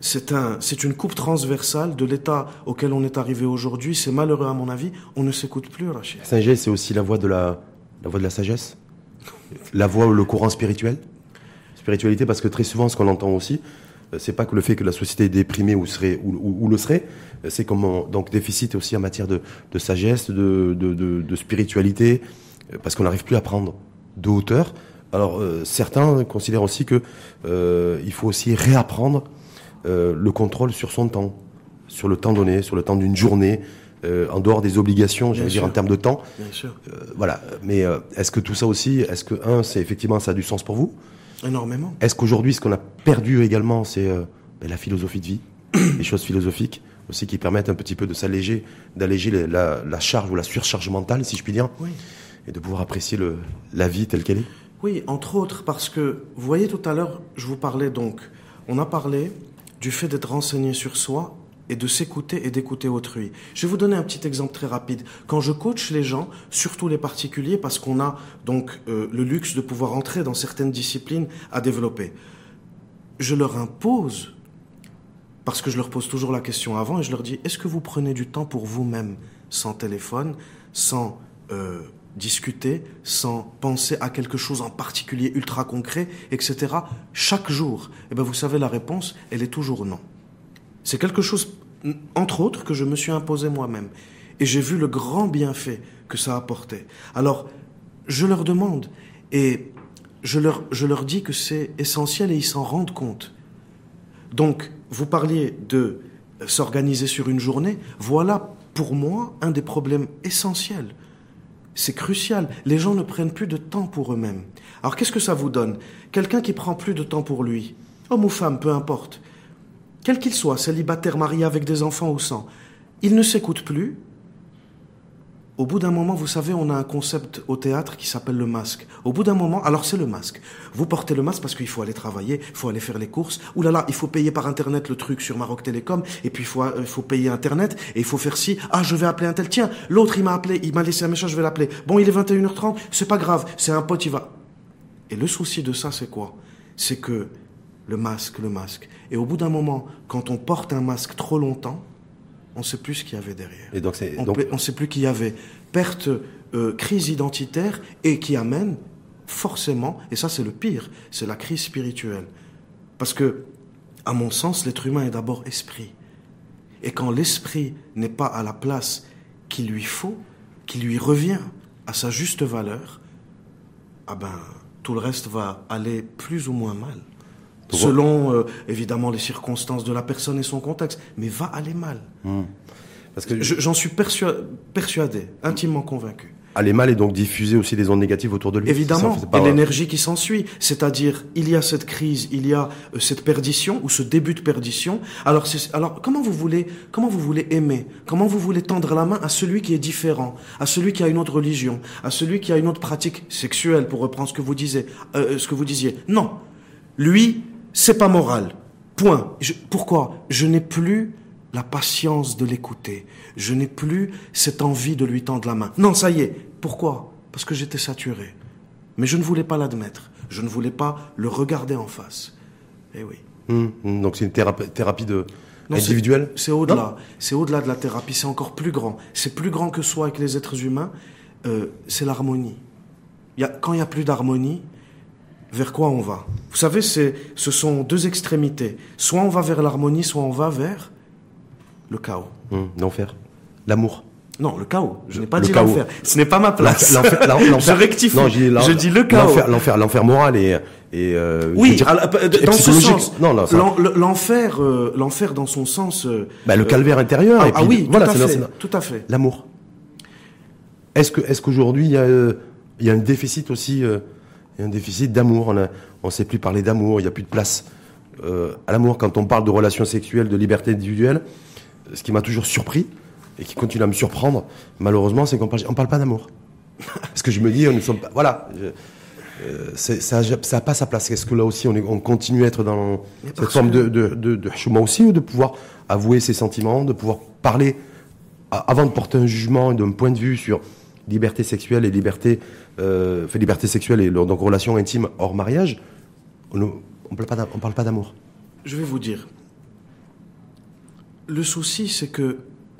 c'est une coupe transversale de l'état auquel on est arrivé aujourd'hui. C'est malheureux à mon avis. On ne s'écoute plus, Rachid. Saint-Gé, c'est aussi la voie de la sagesse, la voie ou le courant spirituel. Spiritualité, parce que très souvent, ce qu'on entend aussi, c'est pas que le fait que la société est déprimée ou le serait, c'est comme donc déficit aussi en matière de sagesse, de spiritualité, parce qu'on n'arrive plus à prendre de hauteur. Alors certains considèrent aussi que il faut aussi réapprendre le contrôle sur son temps, sur le temps donné, sur le temps d'une journée, en dehors des obligations, j'allais dire en termes de temps. Bien sûr. Voilà. Mais est-ce que tout ça aussi, est-ce que c'est effectivement ça a du sens pour vous? Énormément. Est-ce qu'aujourd'hui, ce qu'on a perdu également, c'est la philosophie de vie, les choses philosophiques aussi qui permettent un petit peu de d'alléger la charge ou la surcharge mentale, si je puis dire, Oui. et de pouvoir apprécier la vie telle qu'elle est? Oui, entre autres, parce que, vous voyez, tout à l'heure, je vous parlais donc, on a parlé du fait d'être renseigné sur soi et de s'écouter et d'écouter autrui. Je vais vous donner un petit exemple très rapide. Quand je coach les gens, surtout les particuliers, parce qu'on a donc le luxe de pouvoir entrer dans certaines disciplines à développer, je leur impose, parce que je leur pose toujours la question avant, et je leur dis, est-ce que vous prenez du temps pour vous-même, sans téléphone, sans discuter, sans penser à quelque chose en particulier ultra concret, etc., chaque jour? Eh bien, vous savez, la réponse, elle est toujours non. C'est quelque chose, entre autres, que je me suis imposé moi-même. Et j'ai vu le grand bienfait que ça apportait. Alors, je leur demande, et je leur dis que c'est essentiel et ils s'en rendent compte. Donc, vous parliez de s'organiser sur une journée. Voilà, pour moi, un des problèmes essentiels. C'est crucial. Les gens ne prennent plus de temps pour eux-mêmes. Alors, qu'est-ce que ça vous donne? Quelqu'un qui prend plus de temps pour lui, homme ou femme, peu importe, quel qu'il soit, célibataire, marié avec des enfants ou sans, il ne s'écoute plus. Au bout d'un moment, vous savez, on a un concept au théâtre qui s'appelle le masque. Au bout d'un moment, alors c'est le masque. Vous portez le masque parce qu'il faut aller travailler, il faut aller faire les courses. Ouh là là, il faut payer par Internet le truc sur Maroc Télécom, et puis il faut payer Internet, et il faut faire ci. Ah, je vais appeler un tel. Tiens, l'autre, il m'a appelé, il m'a laissé un message, je vais l'appeler. Bon, il est 21h30, c'est pas grave, c'est un pote, il va... Et le souci de ça, c'est quoi? C'est que le masque. Et au bout d'un moment, quand on porte un masque trop longtemps, on ne sait plus ce qu'il y avait derrière. Et donc on ne sait plus qu'il y avait perte, crise identitaire, et qui amène forcément, et ça c'est le pire, c'est la crise spirituelle. Parce que, à mon sens, l'être humain est d'abord esprit. Et quand l'esprit n'est pas à la place qu'il lui faut, qui lui revient à sa juste valeur, ah ben, tout le reste va aller plus ou moins mal. Selon, évidemment, les circonstances de la personne et son contexte, mais va aller mal. Parce que j'en suis persuadé, intimement convaincu. Aller mal et donc diffuser aussi des ondes négatives autour de lui. Évidemment, et l'énergie qui s'ensuit. C'est-à-dire, il y a cette crise, il y a cette perdition, ou ce début de perdition. Alors comment vous voulez aimer? Comment vous voulez tendre la main à celui qui est différent, à celui qui a une autre religion, à celui qui a une autre pratique sexuelle, pour reprendre ce que vous disiez? Non. Lui, c'est pas moral. Point. Pourquoi? Je n'ai plus la patience de l'écouter. Je n'ai plus cette envie de lui tendre la main. Non, ça y est. Pourquoi? Parce que j'étais saturé. Mais je ne voulais pas l'admettre. Je ne voulais pas le regarder en face. Eh oui. Donc c'est une thérapie individuelle? C'est au-delà. C'est au-delà de la thérapie. C'est encore plus grand. C'est plus grand que soi avec les êtres humains. C'est l'harmonie. Quand il n'y a plus d'harmonie, vers quoi on va? Vous savez, ce sont deux extrémités. Soit on va vers l'harmonie, soit on va vers le chaos. L'enfer. L'amour. Non, le chaos. Je n'ai pas dit l'enfer. Ce n'est pas ma place. L'enfer. Je rectifie. Non, je dis le chaos. L'enfer moral et oui, dans ce sens. Non, l'enfer dans son sens. Le calvaire intérieur. Et puis, oui, voilà, tout à fait. L'amour. Est-ce qu'aujourd'hui il y a un déficit aussi? Il y a un déficit d'amour. On ne sait plus parler d'amour. Il n'y a plus de place à l'amour. Quand on parle de relations sexuelles, de liberté individuelle, ce qui m'a toujours surpris et qui continue à me surprendre, malheureusement, c'est qu'on parle pas d'amour. Parce que je me dis, on ne sommes pas. Voilà. Ça n'a pas sa place. Est-ce que là aussi, on continue à être dans cette forme de chouma aussi, ou de pouvoir avouer ses sentiments, de pouvoir parler avant de porter un jugement et d'un point de vue sur liberté sexuelle et liberté sexuelle et donc relations intimes hors mariage, on parle pas d'amour. Je vais vous dire, Le souci, c'est que,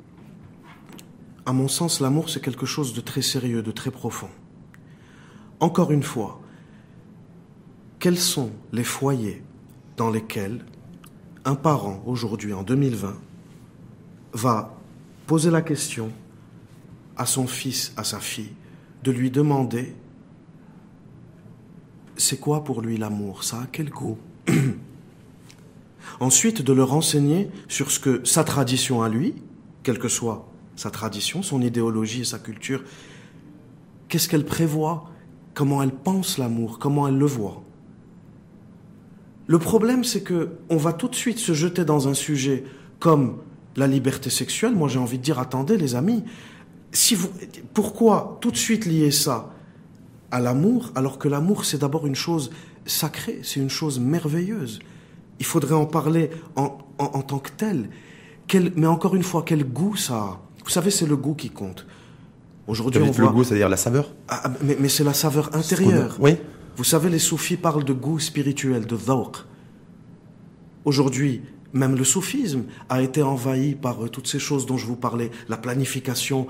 à mon sens, l'amour, c'est quelque chose de très sérieux, de très profond. Encore une fois, quels sont les foyers dans lesquels un parent, aujourd'hui, en 2020, va poser la question à son fils, à sa fille, de lui demander c'est quoi pour lui l'amour, ça a quel goût? Ensuite, de le renseigner sur ce que sa tradition à lui, quelle que soit sa tradition, son idéologie et sa culture, qu'est-ce qu'elle prévoit, comment elle pense l'amour, comment elle le voit. Le problème, c'est que on va tout de suite se jeter dans un sujet comme la liberté sexuelle. Moi, j'ai envie de dire, attendez, les amis, pourquoi tout de suite lier ça à l'amour, alors que l'amour, c'est d'abord une chose sacrée, c'est une chose merveilleuse. Il faudrait en parler en tant que tel. Mais encore une fois, quel goût ça a? Vous savez, c'est le goût qui compte. Aujourd'hui, on voit... Le goût, c'est-à-dire la saveur? Mais c'est la saveur intérieure. Oui. Vous savez, les soufis parlent de goût spirituel, de dhawq. Aujourd'hui, même le soufisme a été envahi par toutes ces choses dont je vous parlais, la planification,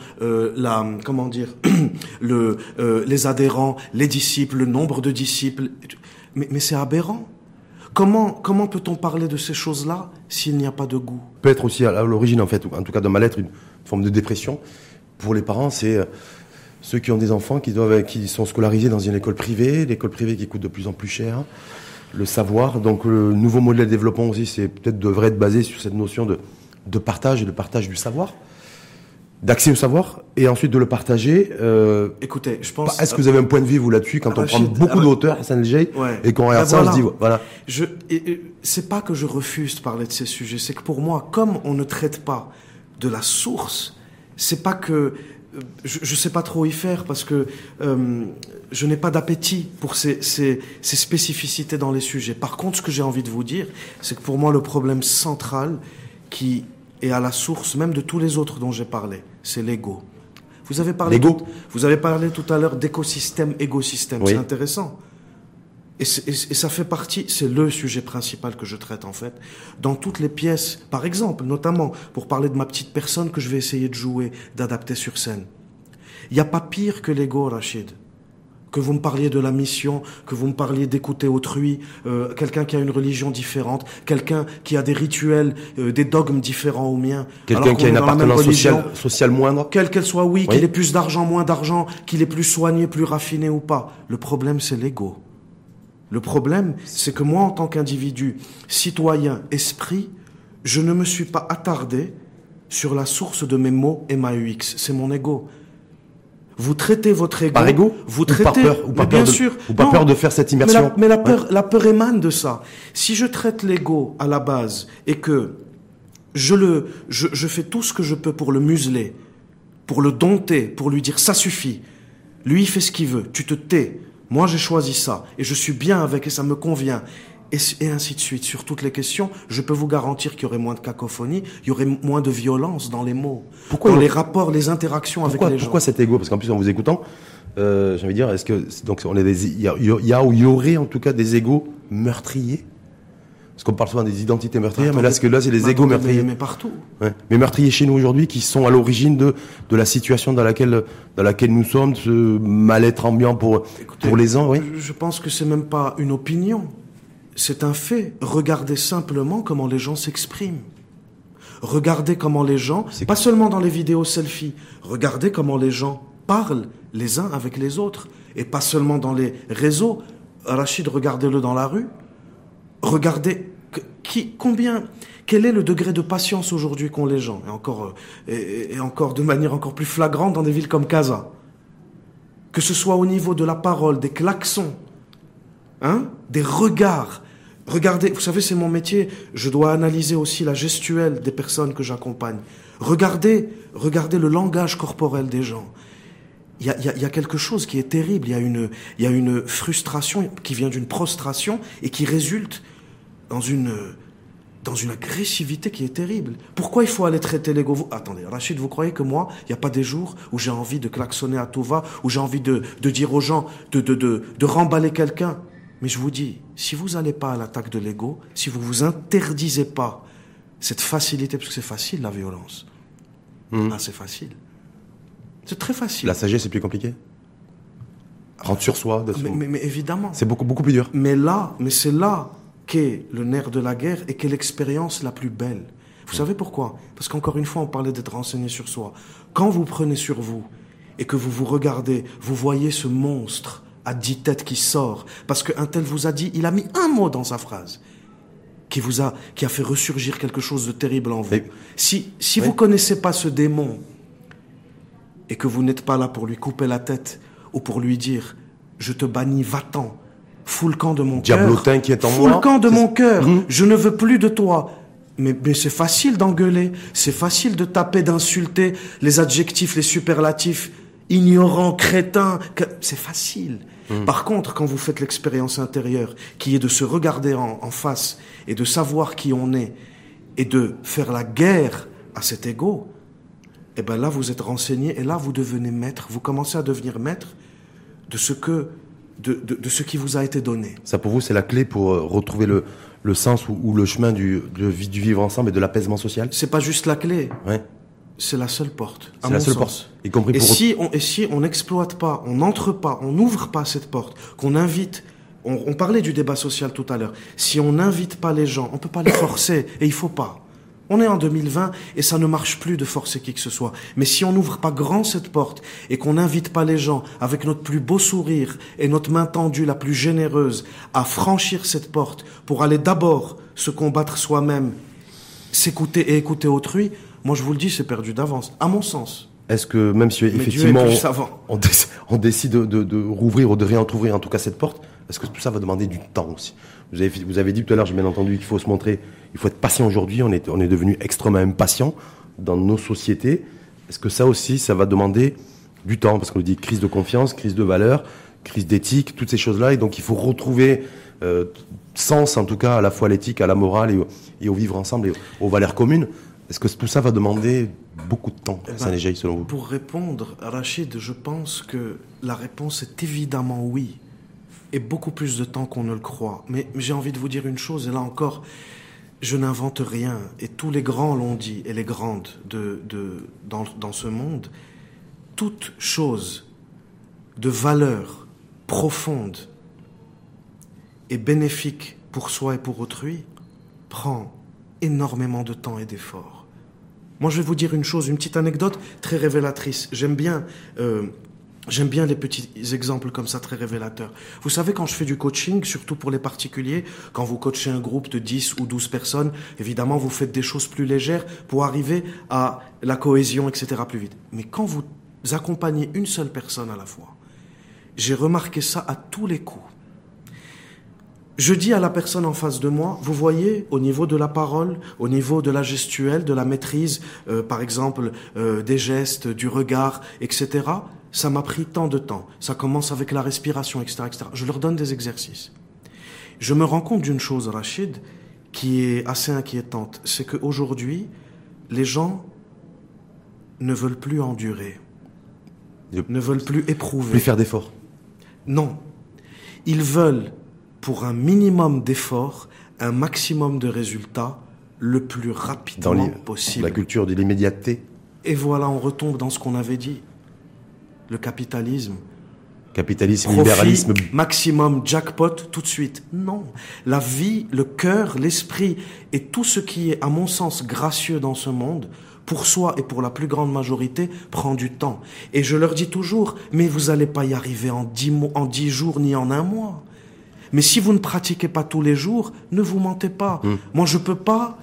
les adhérents, les disciples, le nombre de disciples. Mais c'est aberrant. Comment peut-on parler de ces choses-là s'il n'y a pas de goût? Peut-être aussi à l'origine, en fait, en tout cas de mal-être, une forme de dépression. Pour les parents, c'est ceux qui ont des enfants qui sont scolarisés dans une école privée qui coûte de plus en plus cher. Le savoir, donc le nouveau modèle de développement aussi, devrait être basé sur cette notion de partage et de partage du savoir, d'accès au savoir, et ensuite de le partager. Écoutez, je pense... Est-ce que vous avez un point de vue, vous, là-dessus, quand on prend beaucoup de hauteur, Hassan El-Jay, et qu'on regarde ça, on se dit, voilà. C'est pas que je refuse de parler de ces sujets, c'est que pour moi, comme on ne traite pas de la source, c'est pas que... Je sais pas trop y faire parce que je n'ai pas d'appétit pour ces spécificités dans les sujets. Par contre, ce que j'ai envie de vous dire, c'est que pour moi, le problème central qui est à la source même de tous les autres dont j'ai parlé, c'est l'ego. Vous avez parlé tout à l'heure d'écosystème, égosystème. Oui. C'est intéressant. Et ça fait partie, c'est le sujet principal que je traite en fait, dans toutes les pièces, par exemple, notamment pour parler de ma petite personne que je vais essayer de jouer, d'adapter sur scène. Il n'y a pas pire que l'ego, Rachid. Que vous me parliez de la mission, que vous me parliez d'écouter autrui, quelqu'un qui a une religion différente, quelqu'un qui a des rituels, des dogmes différents aux miens. Quelqu'un qui a une appartenance sociale moindre. Quelle qu'elle soit, oui, qu'il ait plus d'argent, moins d'argent, qu'il est plus soigné, plus raffiné ou pas. Le problème, c'est l'ego. Le problème, c'est que moi, en tant qu'individu, citoyen, esprit, je ne me suis pas attardé sur la source de mes mots MAUX. C'est mon ego. Vous traitez votre ego. Par ego? Vous traitez. Ou pas peur de faire cette immersion? Mais la peur émane de ça. Si je traite l'ego à la base et que je fais tout ce que je peux pour le museler, pour le dompter, pour lui dire ça suffit. Lui, il fait ce qu'il veut. Tu te tais. Moi, j'ai choisi ça, et je suis bien avec, et ça me convient, et ainsi de suite. Sur toutes les questions, je peux vous garantir qu'il y aurait moins de cacophonie, il y aurait moins de violence dans les mots, dans les rapports, les interactions avec les gens. Pourquoi cet ego? Parce qu'en plus, en vous écoutant, j'ai envie de dire, est-ce que donc il y aurait en tout cas des égos meurtriers? Parce qu'on parle souvent des identités meurtrières, mais là, c'est les égos meurtriers. Mais partout. Ouais. Mais meurtriers chez nous aujourd'hui, qui sont à l'origine de la situation dans laquelle nous sommes, ce mal-être ambiant pour les gens, oui. Je pense que c'est même pas une opinion. C'est un fait. Regardez simplement comment les gens s'expriment. Regardez comment les gens, pas seulement dans les vidéos selfies, regardez comment les gens parlent les uns avec les autres. Et pas seulement dans les réseaux. Rachid, regardez-le dans la rue. Regardez quel est le degré de patience aujourd'hui qu'ont les gens, et encore de manière encore plus flagrante dans des villes comme Casa. Que ce soit au niveau de la parole, des klaxons, des regards. Regardez, vous savez, c'est mon métier, je dois analyser aussi la gestuelle des personnes que j'accompagne. Regardez le langage corporel des gens. Il y a quelque chose qui est terrible, il y a une frustration qui vient d'une prostration et qui résulte dans une agressivité qui est terrible. Pourquoi il faut aller traiter l'ego? Attendez, Rachid, vous croyez que moi, il n'y a pas des jours où j'ai envie de klaxonner à tout va, où j'ai envie de dire aux gens, de remballer quelqu'un? Mais je vous dis, si vous n'allez pas à l'attaque de l'ego, si vous vous interdisez pas cette facilité, parce que c'est facile la violence. Ah, c'est facile. C'est très facile. La sagesse, c'est plus compliqué. Rendre sur soi. Mais évidemment. C'est beaucoup plus dur. Mais c'est là qu'est le nerf de la guerre et qu'est l'expérience la plus belle. Vous savez pourquoi? Parce qu'encore une fois, on parlait d'être renseigné sur soi. Quand vous prenez sur vous et que vous vous regardez, vous voyez ce monstre à 10 têtes qui sort, parce qu'un tel vous a dit, il a mis un mot dans sa phrase qui a fait ressurgir quelque chose de terrible en vous. Si vous connaissez pas ce démon et que vous n'êtes pas là pour lui couper la tête ou pour lui dire je te bannis, va-t'en, fous le camp de mon cœur, diablotin qui est en fous moi, le camp de mon cœur, je ne veux plus de toi. Mais c'est facile d'engueuler, c'est facile de taper, d'insulter les adjectifs, les superlatifs, ignorant, crétin, c'est facile. Par contre, quand vous faites l'expérience intérieure, qui est de se regarder en face et de savoir qui on est et de faire la guerre à cet ego, eh ben là vous êtes renseigné et là vous devenez maître, vous commencez à devenir maître de ce qui vous a été donné. Ça pour vous c'est la clé pour retrouver le sens ou le chemin du vivre ensemble et de l'apaisement social? C'est pas juste la clé. Ouais. C'est la seule porte. C'est la seule porte. Y compris pour si on n'exploite pas, on n'entre pas, on n'ouvre pas cette porte, qu'on invite, on parlait du débat social tout à l'heure. Si on n'invite pas les gens, on peut pas les forcer et il faut pas. On est en 2020 et ça ne marche plus de forcer qui que ce soit. Mais si on n'ouvre pas grand cette porte et qu'on n'invite pas les gens avec notre plus beau sourire et notre main tendue la plus généreuse à franchir cette porte pour aller d'abord se combattre soi-même, s'écouter et écouter autrui, moi je vous le dis, c'est perdu d'avance, à mon sens. Est-ce que même si effectivement on décide de rouvrir ou de réentrouvrir en tout cas cette porte, est-ce que tout ça va demander du temps aussi? Vous avez dit tout à l'heure, j'ai bien entendu qu'il faut se montrer, il faut être patient aujourd'hui, on est devenu extrêmement impatient dans nos sociétés. Est-ce que ça aussi, ça va demander du temps? Parce qu'on dit crise de confiance, crise de valeurs, crise d'éthique, toutes ces choses-là, et donc il faut retrouver sens en tout cas à la fois à l'éthique, à la morale et au vivre ensemble et aux valeurs communes. Est-ce que tout ça va demander beaucoup de temps, Sanejay, selon vous? Pour répondre, Rachid, je pense que la réponse est évidemment oui. Et beaucoup plus de temps qu'on ne le croit. Mais j'ai envie de vous dire une chose, et là encore, je n'invente rien. Et tous les grands l'ont dit, et les grandes dans ce monde. Toute chose de valeur profonde et bénéfique pour soi et pour autrui prend énormément de temps et d'efforts. Moi, je vais vous dire une chose, une petite anecdote très révélatrice. J'aime bien les petits exemples comme ça, très révélateurs. Vous savez, quand je fais du coaching, surtout pour les particuliers, quand vous coachez un groupe de 10 ou 12 personnes, évidemment, vous faites des choses plus légères pour arriver à la cohésion, etc. plus vite. Mais quand vous accompagnez une seule personne à la fois, j'ai remarqué ça à tous les coups. Je dis à la personne en face de moi, vous voyez, au niveau de la parole, au niveau de la gestuelle, de la maîtrise, par exemple, des gestes, du regard, etc., ça m'a pris tant de temps. Ça commence avec la respiration, etc., etc. Je leur donne des exercices. Je me rends compte d'une chose, Rachid, qui est assez inquiétante. C'est qu'aujourd'hui, les gens ne veulent plus endurer, ne veulent plus éprouver. Plus faire d'efforts. Non. Ils veulent, pour un minimum d'efforts, un maximum de résultats le plus rapidement possible. La culture de l'immédiateté. Et voilà, on retombe dans ce qu'on avait dit. Le capitalisme. Capitalisme, Profit, libéralisme. Maximum, jackpot, tout de suite. Non. La vie, le cœur, l'esprit et tout ce qui est, à mon sens, gracieux dans ce monde, pour soi et pour la plus grande majorité, prend du temps. Et je leur dis toujours, mais vous n'allez pas y arriver en 10 jours ni en un mois. Mais si vous ne pratiquez pas tous les jours, ne vous mentez pas. Moi, je peux pas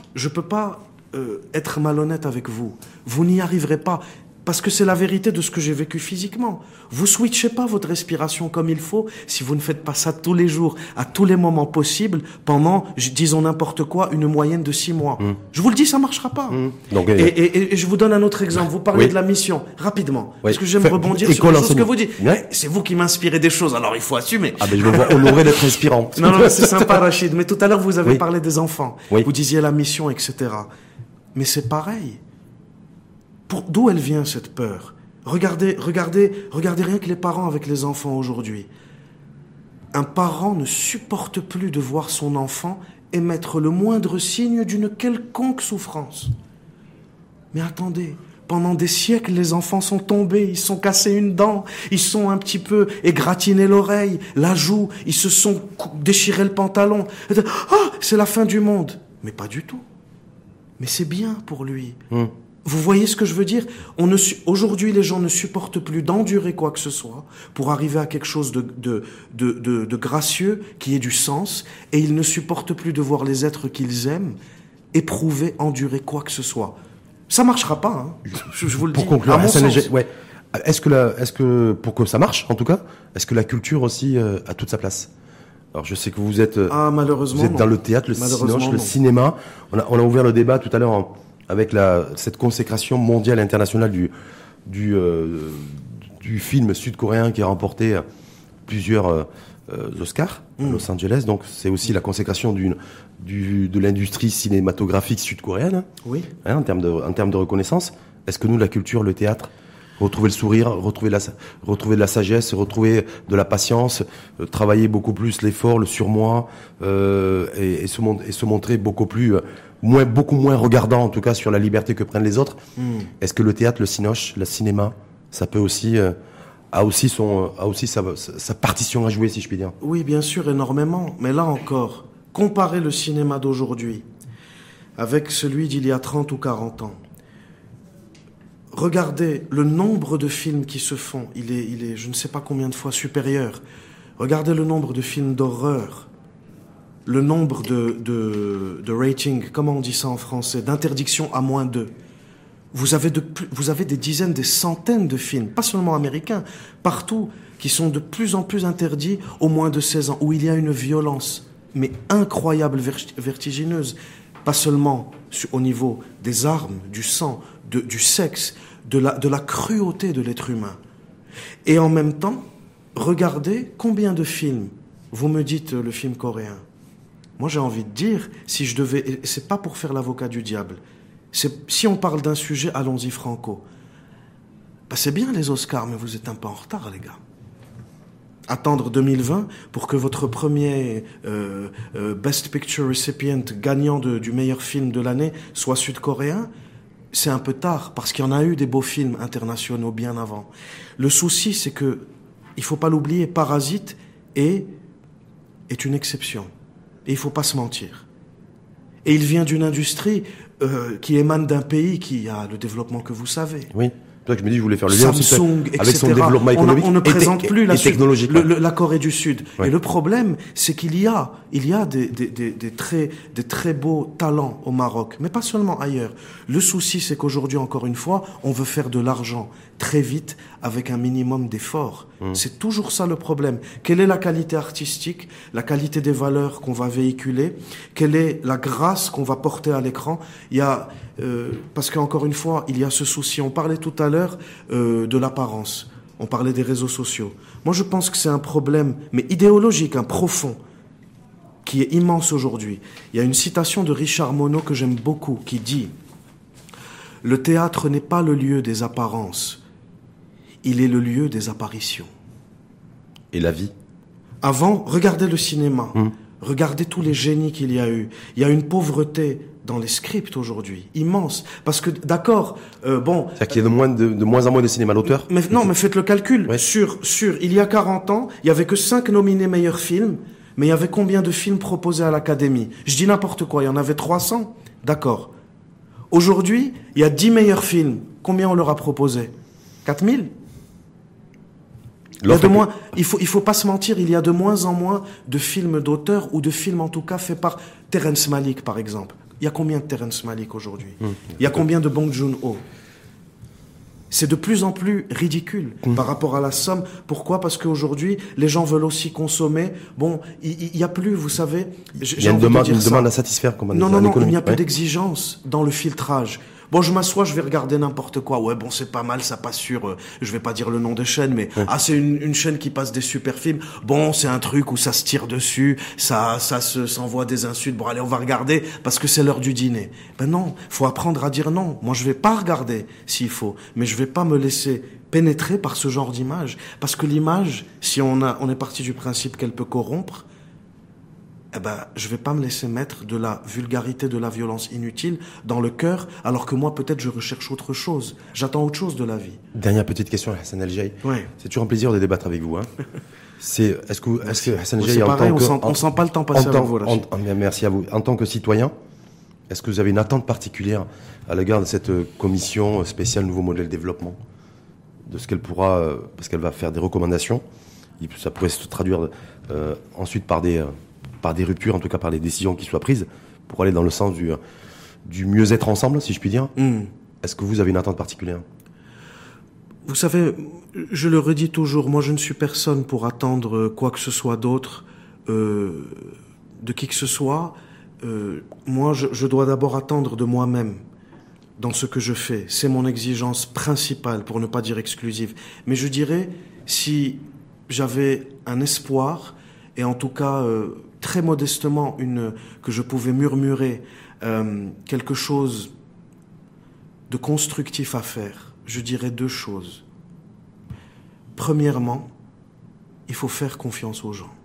être malhonnête avec vous. Vous n'y arriverez pas. Parce que c'est la vérité de ce que j'ai vécu physiquement. Vous switchez pas votre respiration comme il faut si vous ne faites pas ça tous les jours, à tous les moments possibles, pendant, disons n'importe quoi, une moyenne de 6 mois. Je vous le dis, ça marchera pas. Donc, et je vous donne un autre exemple. Vous parlez de la mission, rapidement. Parce que j'aime rebondir sur les choses que vous dites. C'est vous qui m'inspirez des choses, alors il faut assumer. Ah ben je me vois honoré d'être inspirant. Non, c'est sympa, Rachid. Mais tout à l'heure, vous avez parlé des enfants. Vous disiez la mission, etc. Mais c'est pareil. D'où elle vient cette peur? Regardez rien que les parents avec les enfants aujourd'hui. Un parent ne supporte plus de voir son enfant émettre le moindre signe d'une quelconque souffrance. Mais attendez, pendant des siècles, les enfants sont tombés, ils sont cassés une dent, ils sont un petit peu égratignés l'oreille, la joue, ils se sont déchirés le pantalon. Ah, c'est la fin du monde. Mais pas du tout. Mais c'est bien pour lui. Vous voyez ce que je veux dire? Aujourd'hui, les gens ne supportent plus d'endurer quoi que ce soit pour arriver à quelque chose de gracieux, qui ait du sens, et ils ne supportent plus de voir les êtres qu'ils aiment éprouver, endurer quoi que ce soit. Ça marchera pas, hein. Je vous le dis. Pour conclure, à mon sens. ouais. Est-ce que pour que ça marche, en tout cas, est-ce que la culture aussi a toute sa place? Alors je sais que vous êtes, malheureusement, vous êtes dans le théâtre, le cinoche, le cinéma. On a ouvert le débat tout à l'heure avec cette consécration mondiale et internationale du film sud-coréen qui a remporté plusieurs Oscars à Los Angeles. Donc c'est aussi la consécration de l'industrie cinématographique sud-coréenne. Oui. Hein, en termes de reconnaissance. Est-ce que nous, la culture, le théâtre, retrouver le sourire, retrouver de la sagesse, retrouver de la patience, travailler beaucoup plus l'effort, le surmoi, et se montrer beaucoup moins regardant, en tout cas, sur la liberté que prennent les autres. Est-ce que le théâtre, le cinoche, le cinéma, ça peut aussi a aussi sa partition à jouer, si je puis dire? Oui, bien sûr, énormément. Mais là encore, comparer le cinéma d'aujourd'hui avec celui d'il y a 30 ou 40 ans. Regardez le nombre de films qui se font. Il est, je ne sais pas combien de fois supérieur. Regardez le nombre de films d'horreur. Le nombre de rating, comment on dit ça en français, d'interdiction à -2. Vous avez des dizaines, des centaines de films, pas seulement américains, partout, qui sont de plus en plus interdits aux moins de 16 ans, où il y a une violence, mais incroyable, vertigineuse. Pas seulement au niveau des armes, du sang, du sexe, de la cruauté de l'être humain. Et en même temps, regardez combien de films. Vous me dites le film coréen. Moi, j'ai envie de dire, si je devais, et c'est pas pour faire l'avocat du diable. Si on parle d'un sujet, allons-y franco. Bah, c'est bien les Oscars, mais vous êtes un peu en retard, les gars. Attendre 2020 pour que votre premier Best Picture recipient gagnant du meilleur film de l'année soit sud-coréen, c'est un peu tard, parce qu'il y en a eu des beaux films internationaux bien avant. Le souci, c'est que, il faut pas l'oublier, Parasite est une exception. Et il faut pas se mentir. Et il vient d'une industrie qui émane d'un pays qui a le développement que vous savez. Oui. C'est ça que je me dis, je voulais faire le lien Samsung, aussi avec son développement économique on ne présente plus la technologique. La Corée du Sud. Ouais. Et le problème, c'est qu'il y a des très beaux talents au Maroc, mais pas seulement ailleurs. Le souci, c'est qu'aujourd'hui, encore une fois, on veut faire de l'argent très vite avec un minimum d'efforts. C'est toujours ça le problème. Quelle est la qualité artistique, la qualité des valeurs qu'on va véhiculer, quelle est la grâce qu'on va porter à l'écran? Il y a parce qu'encore une fois, il y a ce souci. On parlait tout à l'heure de l'apparence. On parlait des réseaux sociaux. Moi, je pense que c'est un problème, mais idéologique, profond, qui est immense aujourd'hui. Il y a une citation de Richard Monod que j'aime beaucoup, qui dit « Le théâtre n'est pas le lieu des apparences, il est le lieu des apparitions. » Et la vie? Avant, regardez le cinéma. Regardez tous les génies qu'il y a eu. Il y a une pauvreté dans les scripts aujourd'hui, immense. Parce que, d'accord, c'est-à-dire qu'il y a de moins en moins de cinéma d'auteur. Mais faites le calcul. Ouais. Il y a 40 ans, il y avait que 5 nominés meilleurs films, mais il y avait combien de films proposés à l'Académie? Je dis n'importe quoi, il y en avait 300? D'accord. Aujourd'hui, il y a 10 meilleurs films. Combien on leur a proposé? 4000? Il faut pas se mentir, il y a de moins en moins de films d'auteurs ou de films en tout cas faits par Terrence Malick par exemple. Il y a combien de Terrence Malick aujourd'hui? Il y a combien de Bong Joon-ho? C'est de plus en plus ridicule par rapport à la somme. Pourquoi? Parce qu'aujourd'hui, les gens veulent aussi consommer. Bon, il y a plus, vous savez... Il y a une demande à satisfaire. Non, il n'y a plus d'exigence dans le filtrage. Bon, je m'assois, je vais regarder n'importe quoi. Ouais, bon, c'est pas mal, ça passe sur... je vais pas dire le nom des chaînes, mais... c'est une chaîne qui passe des super films. Bon, c'est un truc où ça se tire dessus, ça s'envoie des insultes. Bon, allez, on va regarder, parce que c'est l'heure du dîner. Ben non, faut apprendre à dire non. Moi, je vais pas regarder, s'il faut. Mais je vais pas me laisser pénétrer par ce genre d'image. Parce que l'image, si on est parti du principe qu'elle peut corrompre, je vais pas me laisser mettre de la vulgarité, de la violence inutile dans le cœur, alors que moi, peut-être, je recherche autre chose. J'attends autre chose de la vie. Dernière petite question, Hassan El Jay. Ouais. C'est toujours un plaisir de débattre avec vous. Hein. Est-ce que Hassan El Jay, C'est pareil, on sent pas le temps passer avec vous, Rachid. Merci à vous. En tant que citoyen, est-ce que vous avez une attente particulière à l'égard de cette commission spéciale Nouveau Modèle Développement, de ce qu'elle pourra, parce qu'elle va faire des recommandations, ça pourrait se traduire ensuite par des ruptures, en tout cas par les décisions qui soient prises, pour aller dans le sens du mieux-être ensemble, si je puis dire. Est-ce que vous avez une attente particulière ? Vous savez, je le redis toujours, moi je ne suis personne pour attendre quoi que ce soit d'autre de qui que ce soit. Moi, je dois d'abord attendre de moi-même dans ce que je fais. C'est mon exigence principale, pour ne pas dire exclusive. Mais je dirais, si j'avais un espoir, et en tout cas très modestement que je pouvais murmurer quelque chose de constructif à faire, je dirais 2 choses. Premièrement, il faut faire confiance aux gens.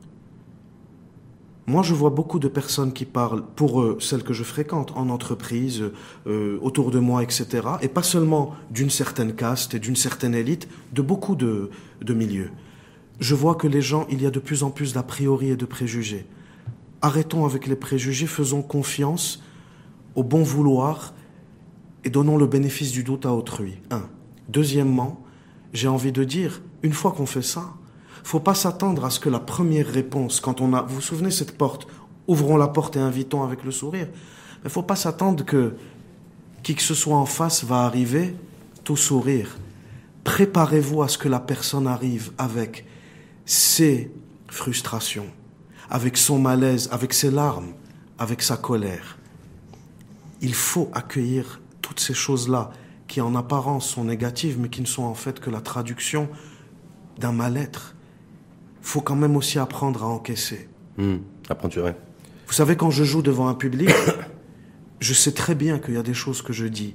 Moi, je vois beaucoup de personnes qui parlent, pour celles que je fréquente, en entreprise, autour de moi, etc. Et pas seulement d'une certaine caste et d'une certaine élite, de beaucoup de milieux. Je vois que les gens, il y a de plus en plus d'a priori et de préjugés. Arrêtons avec les préjugés, faisons confiance au bon vouloir et donnons le bénéfice du doute à autrui. 1. Deuxièmement, j'ai envie de dire, une fois qu'on fait ça, faut pas s'attendre à ce que la première réponse, vous vous souvenez cette porte, ouvrons la porte et invitons avec le sourire. Mais faut pas s'attendre que qui que ce soit en face va arriver tout sourire. Préparez-vous à ce que la personne arrive avec ses frustrations, avec son malaise, avec ses larmes, avec sa colère. Il faut accueillir toutes ces choses-là qui en apparence sont négatives, mais qui ne sont en fait que la traduction d'un mal-être. Il faut quand même aussi apprendre à encaisser. Apprendre. Vous savez, quand je joue devant un public, je sais très bien qu'il y a des choses que je dis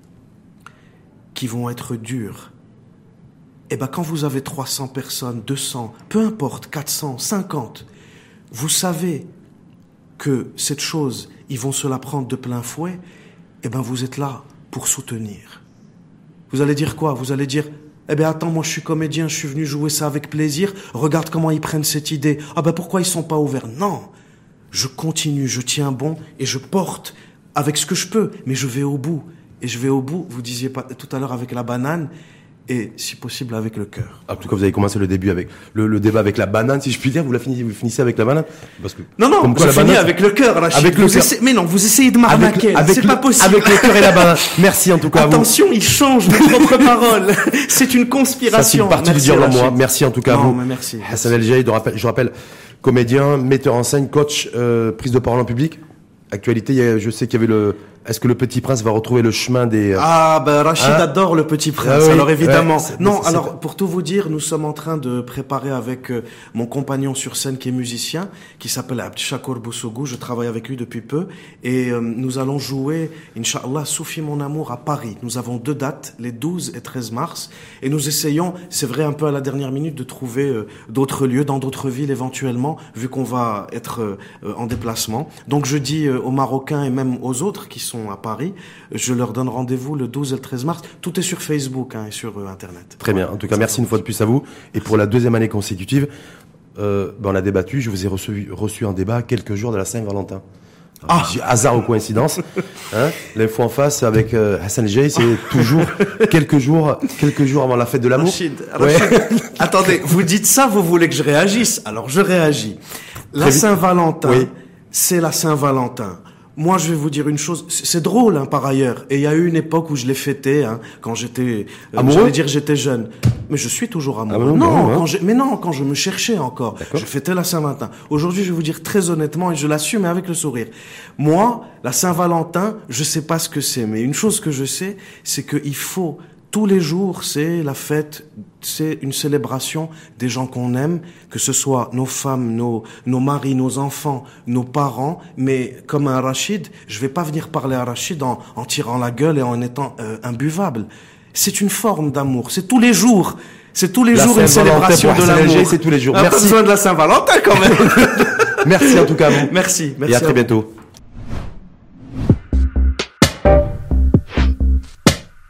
qui vont être dures. Et quand vous avez 300 personnes, 200, peu importe, 400, 50, vous savez que cette chose, ils vont se la prendre de plein fouet, vous êtes là pour soutenir. Vous allez dire quoi ? Vous allez dire, attends, moi je suis comédien, je suis venu jouer ça avec plaisir, regarde comment ils prennent cette idée. Pourquoi ils sont pas ouverts ? Non, je continue, je tiens bon et je porte avec ce que je peux, mais je vais au bout. Et je vais au bout, vous disiez pas tout à l'heure avec la banane, et si possible avec le cœur. En tout cas, vous avez commencé le début avec le débat avec la banane, si je puis dire. Vous finissez avec la banane, parce que non, je finis avec le cœur, Rachid. Avec le cœur. Mais non, vous essayez de m'arnaquer. C'est pas possible. Avec le cœur et la banane. Merci en tout cas. Attention, il change mes propres paroles. C'est une conspiration. Ça, c'est une partie du dialogue, moi. Merci en tout cas à vous. Merci. Hassan El Jay, je rappelle, comédien, metteur en scène, coach, prise de parole en public. Actualité, je sais qu'il y avait Est-ce que le Petit Prince va retrouver le chemin des... Rachid adore le Petit Prince, oui, alors évidemment. Ouais, alors pour tout vous dire, nous sommes en train de préparer avec mon compagnon sur scène qui est musicien, qui s'appelle Abdishakour Boussogou, je travaille avec lui depuis peu, et nous allons jouer, Inch'Allah, Soufi mon amour à Paris. Nous avons 2 dates, les 12 et 13 mars, et nous essayons, c'est vrai un peu à la dernière minute, de trouver d'autres lieux, dans d'autres villes éventuellement, vu qu'on va être en déplacement. Donc je dis aux Marocains et même aux autres qui sont à Paris, je leur donne rendez-vous le 12 et le 13 mars. Tout est sur Facebook et sur Internet. Très bien. En tout cas, merci une fois de plus à vous. Et pour la 2e année consécutive, on a débattu. Je vous ai reçu en débat quelques jours de la Saint-Valentin. Hasard ou coïncidence. L'info en face avec Hassan El Jay, c'est toujours quelques jours avant la fête de l'amour. Rachid. Attendez, vous dites ça, vous voulez que je réagisse? Alors je réagis. La Saint-Valentin, c'est la Saint-Valentin. Moi, je vais vous dire une chose, c'est drôle, par ailleurs. Et il y a eu une époque où je l'ai fêté, quand j'étais, j'allais dire j'étais jeune. Mais je suis toujours amoureux. Quand je me cherchais encore. Je fêtais la Saint-Valentin. Aujourd'hui, je vais vous dire très honnêtement, et je l'assume, mais avec le sourire. Moi, la Saint-Valentin, je sais pas ce que c'est, mais une chose que je sais, c'est qu'il faut, tous les jours, c'est la fête, c'est une célébration des gens qu'on aime, que ce soit nos femmes, nos maris, nos enfants, nos parents, mais comme un Rachid, je vais pas venir parler à Rachid en tirant la gueule et en étant imbuvable. C'est une forme d'amour, c'est tous les jours. C'est tous les jours une célébration de l'amour. C'est tous les jours. Merci. Pas besoin de la Saint-Valentin quand même. Merci en tout cas à vous. Merci. Et à très bientôt.